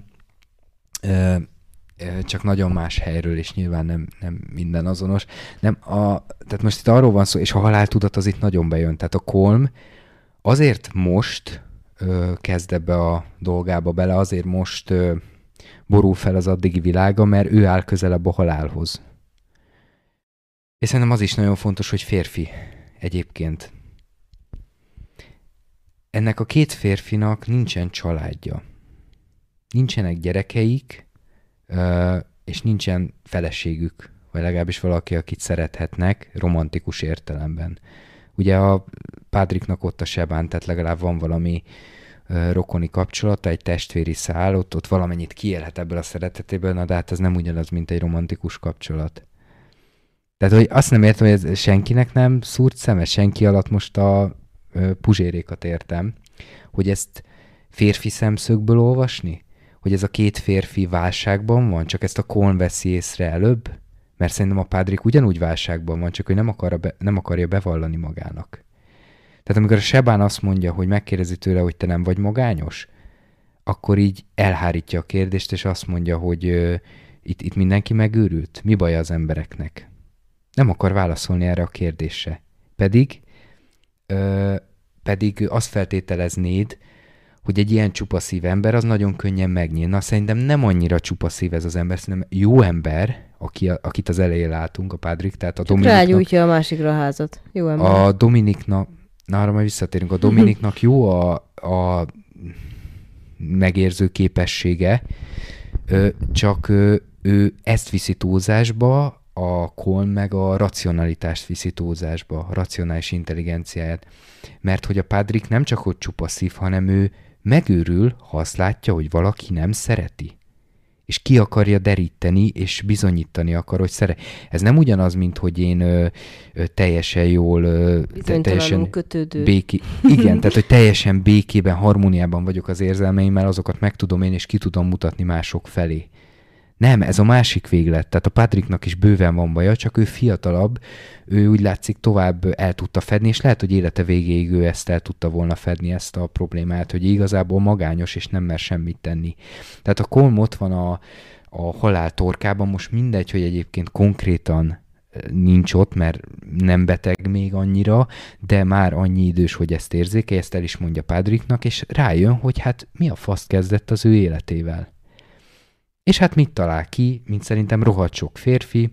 csak nagyon más helyről, és nyilván nem minden azonos. Tehát most itt arról van szó, és a haláltudat az itt nagyon bejön. Tehát a Colm azért most kezd ebbe a dolgába bele, azért most borul fel az addigi világa, mert ő áll közelebb a halálhoz. És szerintem az is nagyon fontos, hogy férfi egyébként. Ennek a két férfinak nincsen családja. Nincsenek gyerekeik, és nincsen feleségük, vagy legalábbis valaki, akit szerethetnek romantikus értelemben. Ugye a Pádriknak ott a Sebán, tehát legalább van valami rokoni kapcsolata, egy testvéri szál, ott valamennyit kiélhet ebből a szeretetéből, de hát ez nem ugyanaz, mint egy romantikus kapcsolat. Tehát, hogy azt nem értem, hogy ez senkinek nem szúrt szeme, senki alatt most a puzsérékat értem, hogy ezt férfi szemszögből olvasni? Hogy ez a két férfi válságban van, csak ezt a Colm veszi észre előbb? Mert szerintem a Pádrik ugyanúgy válságban van, csak ő nem akarja bevallani magának. Tehát amikor a Sebán azt mondja, hogy megkérdezi tőle, hogy te nem vagy magányos, akkor így elhárítja a kérdést, és azt mondja, hogy itt mindenki megőrült. Mi baj az embereknek? Nem akar válaszolni erre a kérdésre. Pedig azt feltételeznéd, hogy egy ilyen csupaszív ember az nagyon könnyen megnyíl. Na, szerintem nem annyira csupaszív ez az ember, szerintem jó ember, akit az elején látunk, a Pádrik, tehát a Dominiknak... Rágyújtja a másikra a házat. Jó ember. A Dominiknak, arra majd visszatérünk, a Dominiknak jó megérző képessége, csak ő ezt viszi túlzásba, a Colm meg a racionalitást viszi túlzásba, a racionális intelligenciáját. Mert hogy a Patrick nem csak hogy csupa szív, hanem ő megőrül, ha azt látja, hogy valaki nem szereti. És ki akarja deríteni, és bizonyítani akar, hogy szeret. Ez nem ugyanaz, mint hogy én teljesen jól, teljesen igen, tehát hogy teljesen békében, harmóniában vagyok az érzelmeimmel, azokat meg tudom én, és ki tudom mutatni mások felé. Nem, ez a másik véglet. Tehát a Patricknak is bőven van baja, csak ő fiatalabb, ő úgy látszik tovább el tudta fedni, és lehet, hogy élete végéig ő ezt el tudta volna fedni, ezt a problémát, hogy igazából magányos, és nem mer semmit tenni. Tehát a Colm ott van a halál torkában, most mindegy, hogy egyébként konkrétan nincs ott, mert nem beteg még annyira, de már annyi idős, hogy ezt érzékelje, ezt el is mondja Patricknak, és rájön, hogy hát mi a fasz kezdett az ő életével. És hát mit talál ki, mint szerintem rohadt sok férfi,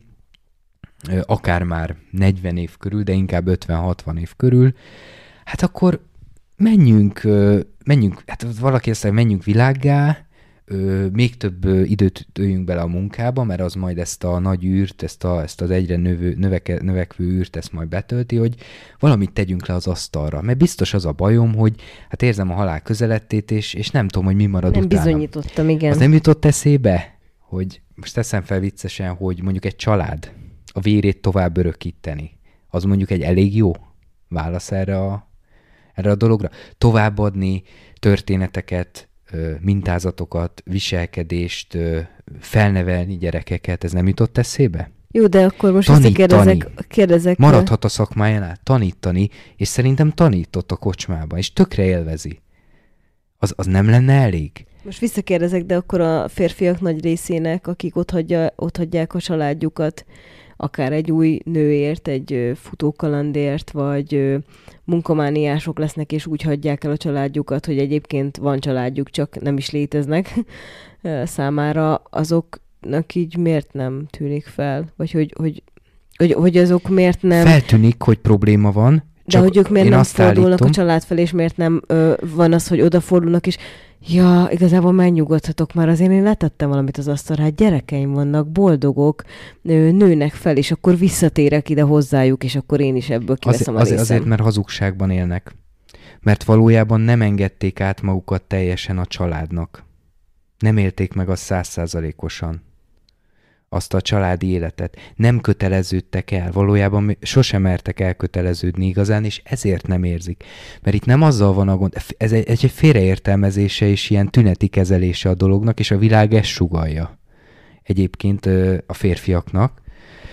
akár már 40 év körül, de inkább 50-60 év körül, hát akkor menjünk, hát valaki azt mondja, menjünk világgá, még több időt öljünk bele a munkába, mert az majd ezt a nagy űrt, ezt az egyre növekvő űrt, ezt majd betölti, hogy valamit tegyünk le az asztalra. Mert biztos az a bajom, hogy hát érzem a halál közelettét, és nem tudom, hogy mi marad nem utána. Nem bizonyítottam, igen. Az nem jutott eszébe, hogy most teszem fel viccesen, hogy mondjuk egy család a vérét tovább örökíteni. Az mondjuk egy elég jó válasz erre a dologra. Továbbadni történeteket, mintázatokat, viselkedést, felnevelni gyerekeket, ez nem jutott eszébe? Jó, de akkor most kérdezek. Maradhat a szakmájánál, tanítani, és szerintem tanított a kocsmában, és tökre élvezi. Az nem lenne elég? Most visszakérdezek, de akkor a férfiak nagy részének, akik ott hagyják a családjukat, akár egy új nőért, egy futókalandért, vagy munkamániások lesznek, és úgy hagyják el a családjukat, hogy egyébként van családjuk, csak nem is léteznek számára, azoknak így miért nem tűnik fel? Vagy hogy azok miért nem... Feltűnik, hogy probléma van, de hogy ők miért nem fordulnak a család felé, és miért nem van az, hogy odafordulnak, és ja, igazából megnyugodhatok már, azért én letettem valamit az asztalra, hát gyerekeim vannak, boldogok, nőnek fel, és akkor visszatérek ide hozzájuk, és akkor én is ebből kiveszem a részem. Azért, mert hazugságban élnek. Mert valójában nem engedték át magukat teljesen a családnak. Nem élték meg azt 100%-osan. Azt a családi életet. Nem köteleződtek el, valójában sosem mertek elköteleződni igazán, és ezért nem érzik. Mert itt nem azzal van a gond, ez egy félreértelmezése és ilyen tüneti kezelése a dolognak, és a világ ezt sugallja egyébként a férfiaknak,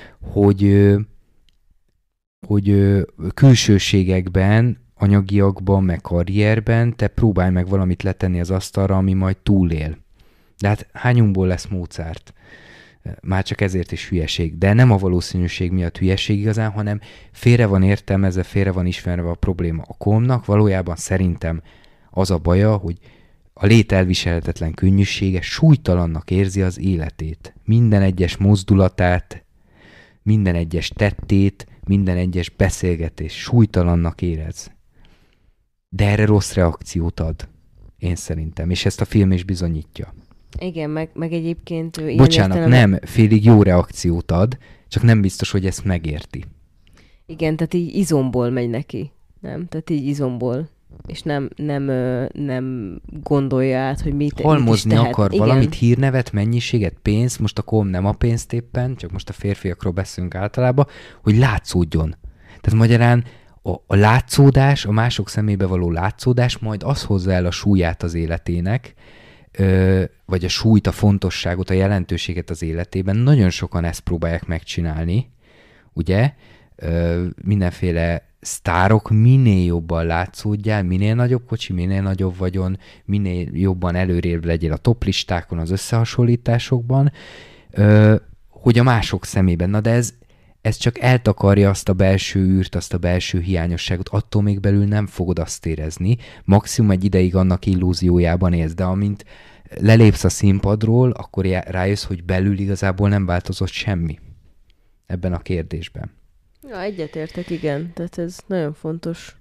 hogy külsőségekben, anyagiakban, meg karrierben te próbálj meg valamit letenni az asztalra, ami majd túlél. De hát hányunkból lesz Mozart? Már csak ezért is hülyeség. De nem a valószínűség miatt hülyeség igazán, hanem félre van értelmezve, félre van ismerve a probléma. A Colmnak valójában szerintem az a baja, hogy a lét elviselhetetlen könnyűsége súlytalannak érzi az életét. Minden egyes mozdulatát, minden egyes tettét, minden egyes beszélgetés súlytalannak érez. De erre rossz reakciót ad, én szerintem, és ezt a film is bizonyítja. Igen, meg egyébként... Bocsánat, nem, félig jó reakciót ad, csak nem biztos, hogy ezt megérti. Igen, tehát így izomból megy neki. Nem? Tehát így izomból. És nem gondolja át, hogy mit halmozni mit is akar igen. Valamit, hírnevet, mennyiséget, pénzt, most a Colm nem a pénzt éppen, csak most a férfiakról beszélünk általában, hogy látszódjon. Tehát magyarán a látszódás, a mások szemébe való látszódás majd az hozza el a súlyát az életének, vagy a súlyt, a fontosságot, a jelentőséget az életében. Nagyon sokan ezt próbálják megcsinálni, ugye? Mindenféle sztárok minél jobban látszódjál, minél nagyobb kocsi, minél nagyobb vagyon, minél jobban előrébb legyél a toplistákon, az összehasonlításokban, hogy a mások szemében. Na de ez csak eltakarja azt a belső űrt, azt a belső hiányosságot, attól még belül nem fogod azt érezni. Maximum egy ideig annak illúziójában élsz, de amint lelépsz a színpadról, akkor rájössz, hogy belül igazából nem változott semmi ebben a kérdésben. Ja, egyetértek, igen. Tehát ez nagyon fontos.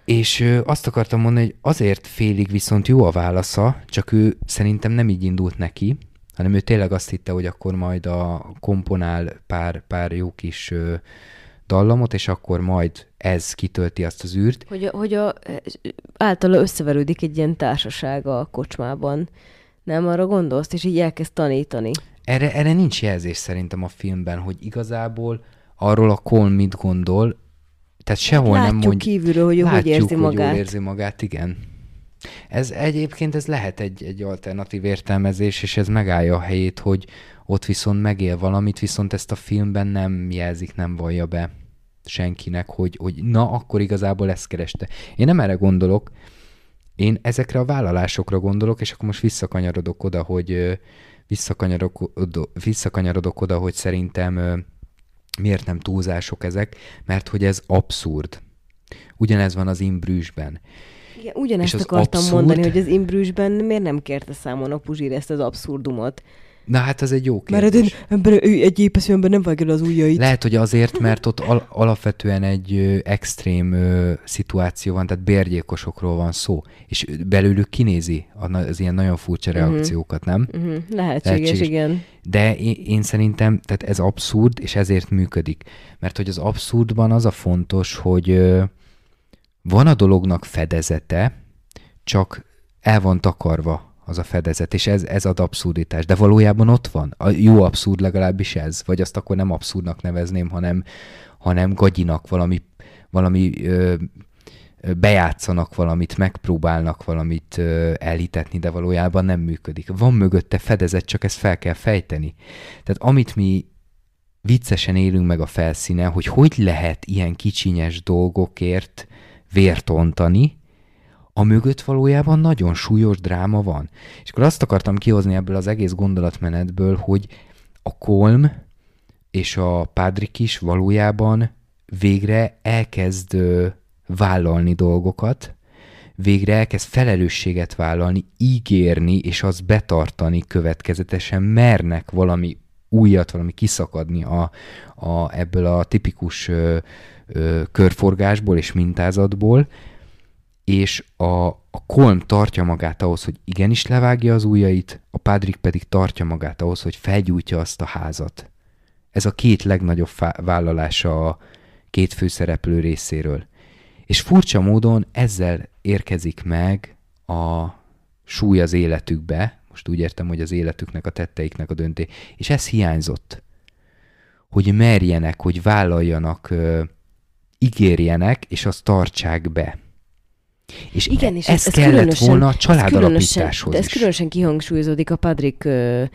És azt akartam mondani, hogy azért félig viszont jó a válasza, csak ő szerintem nem így indult neki, hanem ő tényleg azt hitte, hogy akkor majd komponál pár jó kis dallamot, és akkor majd ez kitölti azt az űrt. Hogy általa összeverődik egy ilyen társaság a kocsmában. Nem arra gondolsz, és így elkezd tanítani. Erre nincs jelzés szerintem a filmben, hogy igazából arról a Colm mit gondol, tehát sehol nem mondja. Kívülről, hogy hogy érzi magát. Jól érzi magát, igen. Ez egyébként ez lehet egy alternatív értelmezés, és ez megállja a helyét, hogy ott viszont megél valamit, viszont ezt a filmben nem jelzik, nem vallja be senkinek, hogy na, akkor igazából ezt kereste. Én nem erre gondolok, én ezekre a vállalásokra gondolok, és akkor most visszakanyarodok oda, hogy szerintem miért nem túlzások ezek, mert hogy ez abszurd. Ugyanez van az In Bruges-ben. Igen, ugyanezt akartam mondani, hogy az In Bruges-ben miért nem kérte számon a Puzsér ezt az abszurdumot? Na hát ez egy jó kérdés. Mert egy épeszű ember nem vágja az ujjait. Lehet, hogy azért, mert ott alapvetően egy extrém szituáció van, tehát bérgyilkosokról van szó, és belőlük kinézi az ilyen nagyon furcsa reakciókat, nem? Lehetséges, igen. De én szerintem, tehát ez abszurd, és ezért működik. Mert hogy az abszurdban az a fontos, hogy van a dolognak fedezete, csak el van takarva az a fedezet, és ez ad abszurditás. De valójában ott van. A jó abszurd legalábbis ez. Vagy azt akkor nem abszurdnak nevezném, hanem gagyinak valami bejátszanak valamit, megpróbálnak valamit elhitetni, de valójában nem működik. Van mögötte fedezet, csak ezt fel kell fejteni. Tehát amit mi viccesen élünk meg a felszínen, hogy lehet ilyen kicsinyes dolgokért vért ontani, a mögött valójában nagyon súlyos dráma van. És akkor azt akartam kihozni ebből az egész gondolatmenetből, hogy a Colm és a Patrick is valójában végre elkezd vállalni dolgokat, végre elkezd felelősséget vállalni, ígérni, és azt betartani következetesen, mernek valami újat, valami kiszakadni ebből a tipikus körforgásból és mintázatból, és a Colm tartja magát ahhoz, hogy igenis levágja az ujjait, a Patrick pedig tartja magát ahhoz, hogy felgyújtja azt a házat. Ez a két legnagyobb vállalása a két főszereplő részéről. És furcsa módon ezzel érkezik meg a súly az életükbe, most úgy értem, hogy az életüknek, a tetteiknek a döntés, és ez hiányzott. Hogy merjenek, hogy vállaljanak, ígérjenek, és azt tartsák be. És igen, és ez kellett volna a családalapításhoz is. Ez különösen kihangsúlyozódik a Patrick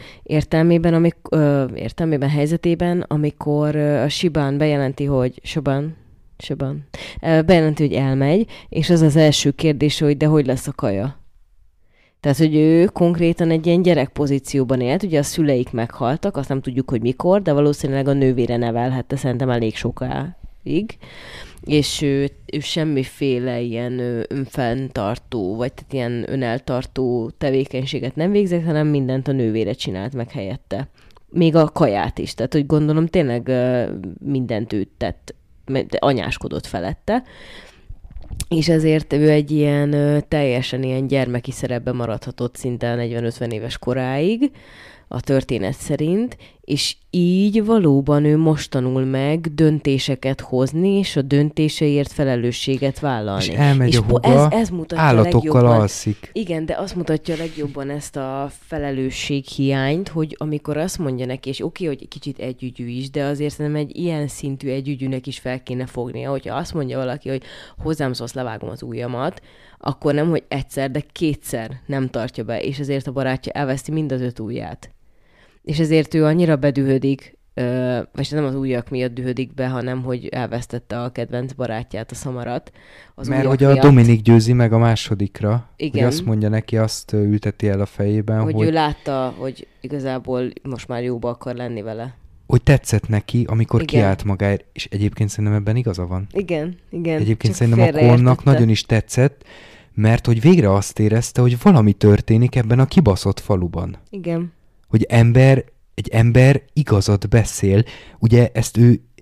helyzetében, amikor a Siobhan bejelenti, hogy bejelenti, hogy elmegy, és az az első kérdés, hogy de hogy lesz a kaja? Tehát, hogy ő konkrétan egy ilyen gyerek pozícióban élt, ugye a szüleik meghaltak, azt nem tudjuk, hogy mikor, de valószínűleg a nővére nevelhette szerintem elég sokáig, és ő semmiféle ilyen önfenntartó, vagy tehát ilyen öneltartó tevékenységet nem végzett, hanem mindent a nővére csinált meg helyette. Még a kaját is, tehát hogy gondolom tényleg mindent ő tett, anyáskodott felette, és ezért ő egy ilyen teljesen ilyen gyermeki szerepben maradhatott szinte 40-50 éves koráig, a történet szerint, és így valóban ő most tanul meg döntéseket hozni, és a döntéseiért felelősséget vállalni. És elmegy a húga, ez mutatja állatokkal alszik. Igen, de azt mutatja legjobban ezt a felelősséghiányt, hogy amikor azt mondja neki, és oké, hogy kicsit együgyű is, de azért szerintem egy ilyen szintű együgyűnek is fel kéne fognia, hogyha azt mondja valaki, hogy hozzám szólsz, levágom az ujjamat, akkor nem, hogy egyszer, de kétszer nem tartja be, és ezért a barátja elveszti mind az 5 ujját. És ezért ő annyira bedühödik, vagy nem az ujjak miatt dühödik be, hanem hogy elvesztette a kedvenc barátját, a Szamarat. Mert hogy a Dominik győzi meg a másodikra, igen. Hogy azt mondja neki, azt ülteti el a fejében, hogy ő látta, hogy igazából most már jóba akar lenni vele. Hogy tetszett neki, amikor kiállt magáért, és egyébként szerintem ebben igaza van. Igen. Egyébként szerintem a Colmnak nagyon is tetszett, mert hogy végre azt érezte, hogy valami történik ebben a kibaszott faluban. Igen. Hogy egy ember igazat beszél, ugye ezt ő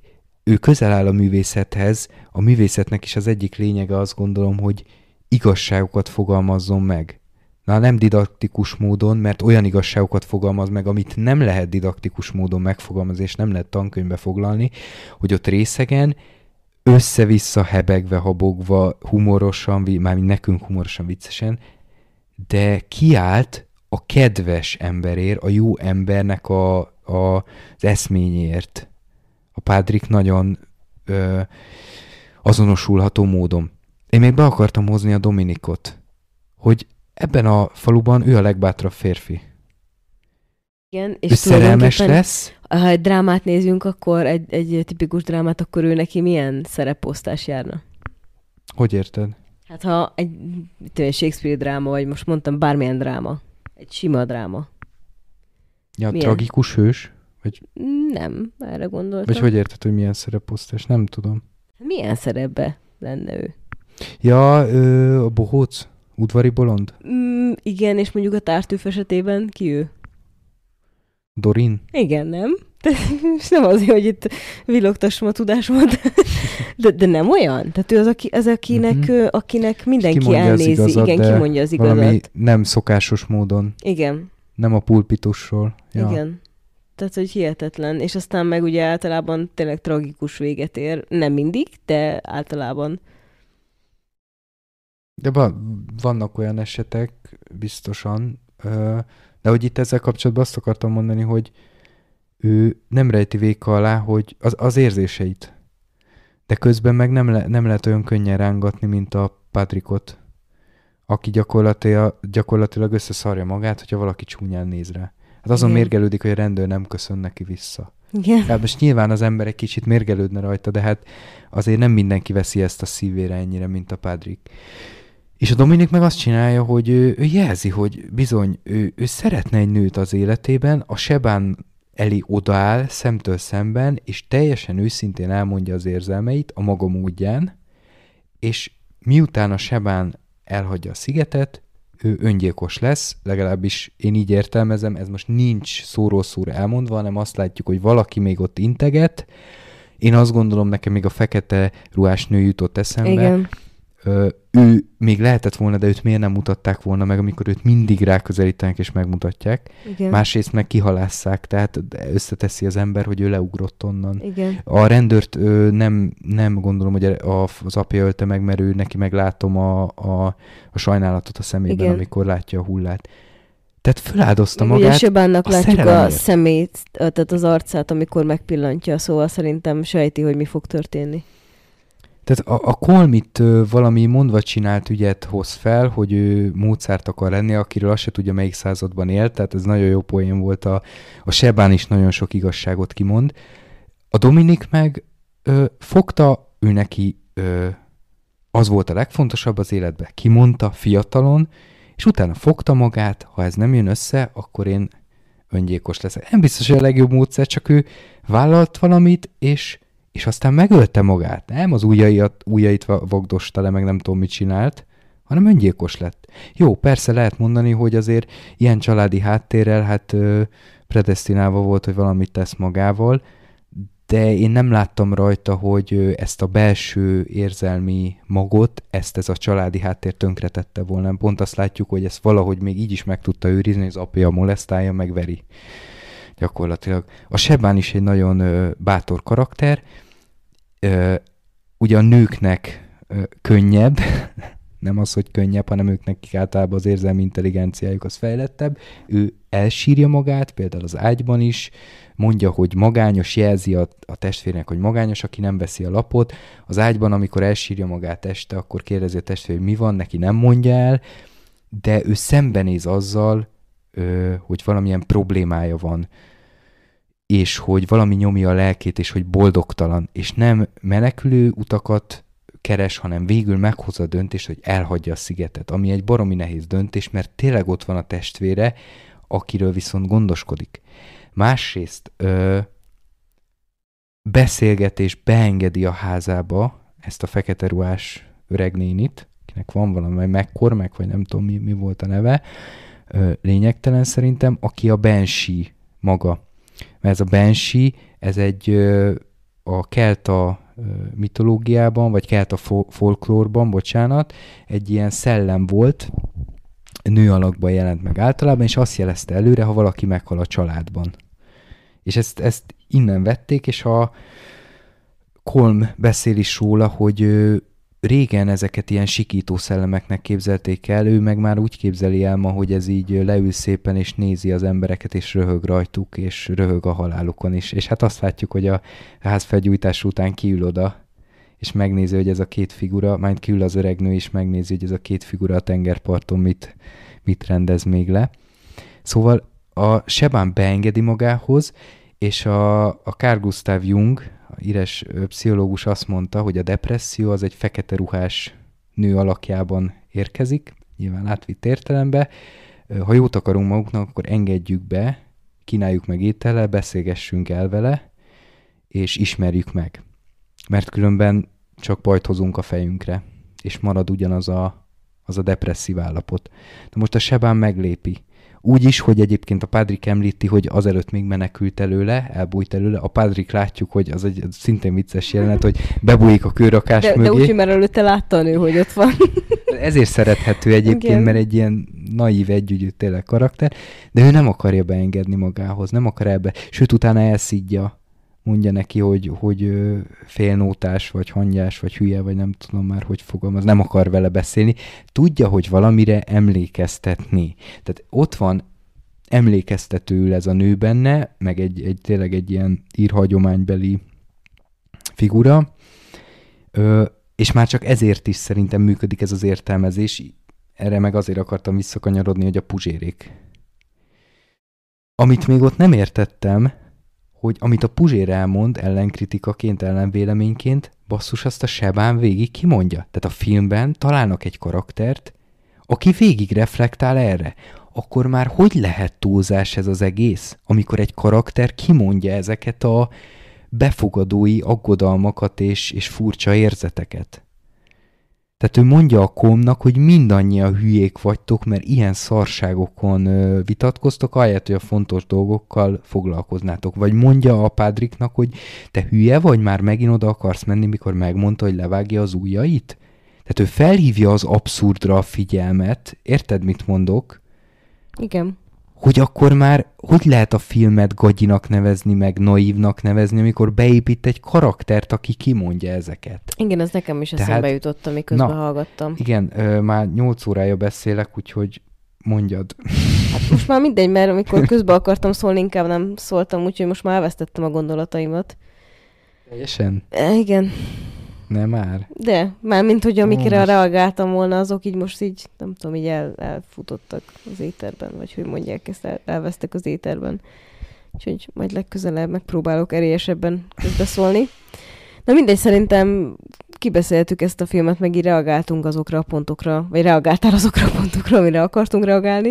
ő közel áll a művészethez, a művészetnek is az egyik lényege, azt gondolom, hogy igazságokat fogalmazzon meg. Na, nem didaktikus módon, mert olyan igazságokat fogalmaz meg, amit nem lehet didaktikus módon megfogalmazni, és nem lehet tankönyvbe foglalni, hogy ott részegen össze-vissza hebegve, habogva, humorosan, mármint nekünk humorosan, viccesen, de kiállt a kedves emberért, a jó embernek az eszményért. A Pádrik nagyon azonosulható módon. Én még be akartam hozni a Dominikot, hogy ebben a faluban ő a legbátrabb férfi. Igen, Ő és szerelmes lesz. Ha egy drámát nézünk, akkor egy tipikus drámát, akkor ő neki milyen szereposztás járna? Hogy érted? Hát ha egy Shakespeare dráma, vagy most mondtam bármilyen dráma, egy sima dráma. Ja, milyen? tragikus hős? Vagy, nem, erre gondoltam. vagy hogy érted, hogy milyen szereposztás? Nem tudom. Milyen szerepbe lenne ő? Ja, a bohóc? Udvari bolond? Igen, és mondjuk a Tartüff esetében ki ő? Dorin? Igen, nem? És nem azért, hogy itt villogtassam a tudásomat, de nem olyan? Tehát ő az akinek mindenki elnézi. Igazat, igen, ki mondja az igazat. Valami nem szokásos módon. Igen. Nem a pulpitusról. Ja. Igen. Tehát, hogy hihetetlen. És aztán meg ugye általában tényleg tragikus véget ér. Nem mindig, de általában. De vannak olyan esetek, biztosan, de hogy itt ezzel kapcsolatban azt akartam mondani, hogy ő nem rejti véka alá, hogy az érzéseit. De közben meg nem lehet olyan könnyen rángatni, mint a Patrickot, aki gyakorlatilag összeszarja magát, hogyha valaki csúnyán néz rá. Hát azon mérgelődik, hogy a rendőr nem köszön neki vissza. Igen. Hát most nyilván az ember egy kicsit mérgelődne rajta, de hát azért nem mindenki veszi ezt a szívére ennyire, mint a Patrick. És a Dominik meg azt csinálja, hogy ő jelzi, hogy bizony ő szeretne egy nőt az életében, a Sebán elé odaáll szemtől szemben, és teljesen őszintén elmondja az érzelmeit a maga módján, és miután a Sebán elhagyja a szigetet, ő öngyilkos lesz, legalábbis én így értelmezem, ez most nincs szóról szóra elmondva, hanem azt látjuk, hogy valaki még ott integet. Én azt gondolom, nekem még a fekete ruhás nő jutott eszembe. Igen. Ő még lehetett volna, de őt miért nem mutatták volna meg, amikor őt mindig ráközelítenek és megmutatják. Igen. Másrészt meg kihalásszák, tehát összeteszi az ember, hogy ő leugrott onnan. Igen. A rendőrt nem gondolom, hogy az apja ölte meg, mert ő neki meglátom a sajnálatot a szemében, igen, amikor látja a hullát. Tehát föláldozta magát. Ugye Sebánnak látjuk szerelemért. a szemét, tehát az arcát, amikor megpillantja, szóval szerintem sejti, hogy mi fog történni. Tehát a Kolmit valami mondva csinált ügyet hoz fel, hogy ő Mozart akar lenni, akiről azt se tudja, melyik században élt, tehát ez nagyon jó poén volt, a Sebán is nagyon sok igazságot kimond. A Dominik meg fogta, ő neki az volt a legfontosabb az életben, kimondta fiatalon, és utána fogta magát, ha ez nem jön össze, akkor én öngyilkos leszek. Nem biztos, hogy a legjobb módszer, csak ő vállalt valamit, és aztán megölte magát. Nem az ujjait vagdosta le, meg nem tudom, mit csinált, hanem öngyilkos lett. Jó, persze lehet mondani, hogy azért ilyen családi háttérrel, hát predesztinálva volt, hogy valamit tesz magával, de én nem láttam rajta, hogy ezt a belső érzelmi magot, ez a családi háttér tönkretette volna. Pont azt látjuk, hogy ezt valahogy még így is meg tudta őrizni, hogy az apja molesztálja, megveri. Gyakorlatilag. A Sebán is egy nagyon bátor karakter. Ugye a nőknek könnyebb, nem az, hogy könnyebb, hanem őknek általában az érzelmi intelligenciájuk az fejlettebb. Ő elsírja magát, például az ágyban is, mondja, hogy magányos, jelzi a testvérnek, hogy magányos, aki nem veszi a lapot. Az ágyban, amikor elsírja magát este, akkor kérdezi a testvér, hogy mi van, neki nem mondja el, de ő szembenéz azzal, hogy valamilyen problémája van, és hogy valami nyomja a lelkét, és hogy boldogtalan, és nem menekülő utakat keres, hanem végül meghozza a döntést, hogy elhagyja a szigetet, ami egy baromi nehéz döntés, mert tényleg ott van a testvére, akiről viszont gondoskodik. Másrészt beszélgetés beengedi a házába ezt a fekete ruhás öregnénit, akinek van valami McCormack, vagy nem tudom mi volt a neve, lényegtelen szerintem, aki a Banshee maga. Mert ez a Banshee, ez egy a kelta mitológiában, vagy kelta folklórban, bocsánat, egy ilyen szellem volt, nő alakban jelent meg általában, és azt jelezte előre, ha valaki meghal a családban. És ezt innen vették, és a Kolm beszél is róla, hogy régen ezeket ilyen sikító szellemeknek képzelték el, ő meg már úgy képzeli el ma, hogy ez így leül szépen, és nézi az embereket, és röhög rajtuk, és röhög a halálukon is. És hát azt látjuk, hogy a házfelgyújtás után kiül oda, és megnézi, hogy ez a két figura, majd kiül az öreg nő, és megnézi, hogy ez a két figura a tengerparton mit rendez még le. Szóval a Sebán beengedi magához, és a Carl Gustav Jung, a híres pszichológus azt mondta, hogy a depresszió az egy fekete ruhás nő alakjában érkezik, nyilván átvitt értelembe. Ha jót akarunk maguknak, akkor engedjük be, kínáljuk meg étellel, beszélgessünk el vele, és ismerjük meg. Mert különben csak bajt hozunk a fejünkre, és marad ugyanaz az a depresszív állapot. De most a Sebán meglépi. Úgy is, hogy egyébként a Pádrik említi, hogy azelőtt még menekült előle, elbújt előle. A Pádrik látjuk, hogy az egy szintén vicces jelenet, hogy bebújik a kőrakás mögé. De úgy, mert előtte látta a nő, hogy ott van. Ezért szerethető egyébként, igen. Mert egy ilyen naív, együgyű tényleg karakter, de ő nem akarja beengedni magához, nem akar ebbe. Sőt, utána elszidja. Mondja neki, hogy félnótás, vagy hangyás, vagy hülye, vagy nem tudom már, hogy fogalmaz, nem akar vele beszélni. Tudja, hogy valamire emlékeztetni. Tehát ott van emlékeztetőül ez a nő benne, meg tényleg egy ilyen írhagyománybeli figura, és már csak ezért is szerintem működik ez az értelmezés. Erre meg azért akartam visszakanyarodni, hogy a Puzsérék. Amit még ott nem értettem, hogy amit a Puzsér elmond ellenkritikaként, ellenvéleményként, basszus, azt a Sebán végig kimondja. Tehát a filmben találnak egy karaktert, aki végig reflektál erre. Akkor már hogy lehet túlzás ez az egész, amikor egy karakter kimondja ezeket a befogadói aggodalmakat és furcsa érzeteket? Tehát ő mondja a Komnak, hogy mindannyian hülyék vagytok, mert ilyen szarságokon vitatkoztok, ahelyett, hogy a fontos dolgokkal foglalkoznátok. Vagy mondja a Pádriknak, hogy te hülye vagy, már megint oda akarsz menni, mikor megmondta, hogy levágja az ujjait? Tehát ő felhívja az abszurdra a figyelmet. Érted, mit mondok? Igen. Hogy akkor már, hogy lehet a filmet gagyinak nevezni, meg naívnak nevezni, amikor beépít egy karaktert, aki kimondja ezeket. Igen, ez nekem is eszembe jutott, amiközben hallgattam. Igen, már 8 órája beszélek, úgyhogy mondjad. Hát most már mindegy, mert amikor közben akartam szólni, inkább nem szóltam, úgyhogy most már elvesztettem a gondolataimat. Teljesen? Igen. Nem már? De, mármint, hogy amikre reagáltam volna, azok így most így, nem tudom, így elfutottak az éterben, vagy hogy mondják ezt, elvesztek az éterben. Úgyhogy majd legközelebb megpróbálok erélyesebben közbeszólni. Na mindegy, szerintem kibeszéltük ezt a filmet, meg így reagáltunk azokra a pontokra, vagy reagáltál azokra a pontokra, amire akartunk reagálni.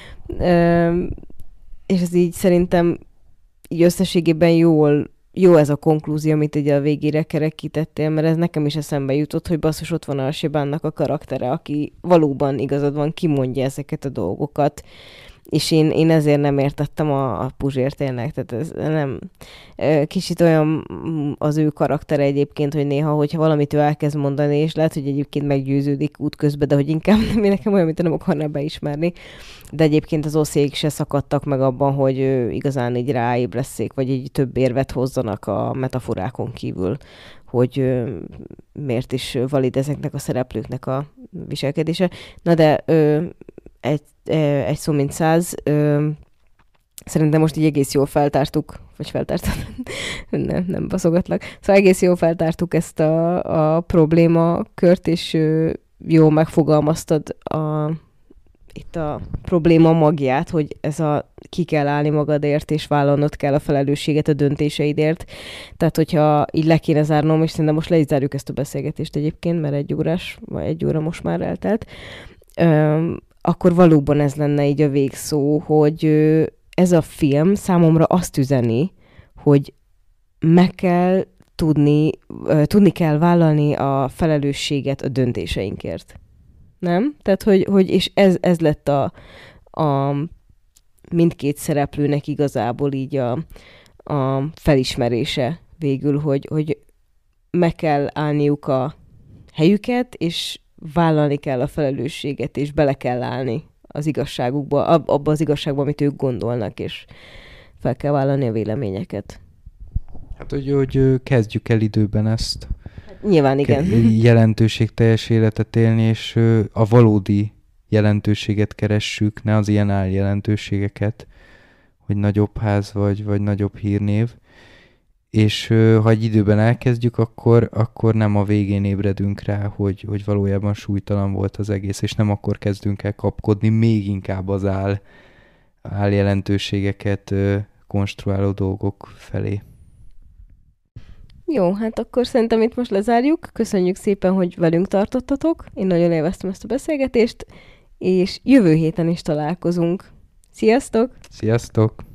És ez így szerintem így összességében jó ez a konklúzió, amit ugye a végére kerekítettél, mert ez nekem is eszembe jutott, hogy basszus, ott van a Sebánnak a karaktere, aki valóban igazad van, kimondja ezeket a dolgokat, és én ezért nem értettem a Puzsért tényleg, tehát ez nem kicsit olyan az ő karaktere egyébként, hogy néha, hogyha valamit ő elkezd mondani, és lehet, hogy egyébként meggyőződik útközben, de hogy inkább nekem olyan, mint nem akarná beismerni, de egyébként az oszék se szakadtak meg abban, hogy igazán így ráébresszék, vagy így több érvet hozzanak a metaforákon kívül, hogy miért is valid ezeknek a szereplőknek a viselkedése. Na de egy szó mint 100, szerintem most így egész jól feltártuk, vagy feltártad, nem baszogatlak. Szóval egész jól feltártuk ezt a problémakört, és jól megfogalmaztad itt a probléma magját, hogy ki kell állni magadért, és vállalnod kell a felelősséget a döntéseidért. Tehát, hogyha így le kéne zárnom, és szerintem most le is zárjuk ezt a beszélgetést egyébként, mert 1 óra most már eltelt, akkor valóban ez lenne így a végszó, hogy ez a film számomra azt üzeni, hogy tudni kell vállalni a felelősséget a döntéseinkért. Nem? Tehát, hogy és ez lett a mindkét szereplőnek igazából így a felismerése végül, hogy meg kell állniuk a helyüket, és vállalni kell a felelősséget, és bele kell állni az igazságukba, abba az igazságba, amit ők gondolnak, és fel kell vállalni a véleményeket. Hát, hogy kezdjük el időben ezt. Nyilván igen. Jelentőségteljes életet élni, és a valódi jelentőséget keressük, ne az ilyen áljelentőségeket, hogy nagyobb ház vagy nagyobb hírnév. És ha egy időben elkezdjük, akkor nem a végén ébredünk rá, hogy valójában súlytalan volt az egész, és nem akkor kezdünk el kapkodni még inkább az áljelentőségeket konstruáló dolgok felé. Jó, hát akkor szerintem itt most lezárjuk. Köszönjük szépen, hogy velünk tartottatok. Én nagyon élveztem ezt a beszélgetést, és jövő héten is találkozunk. Sziasztok! Sziasztok!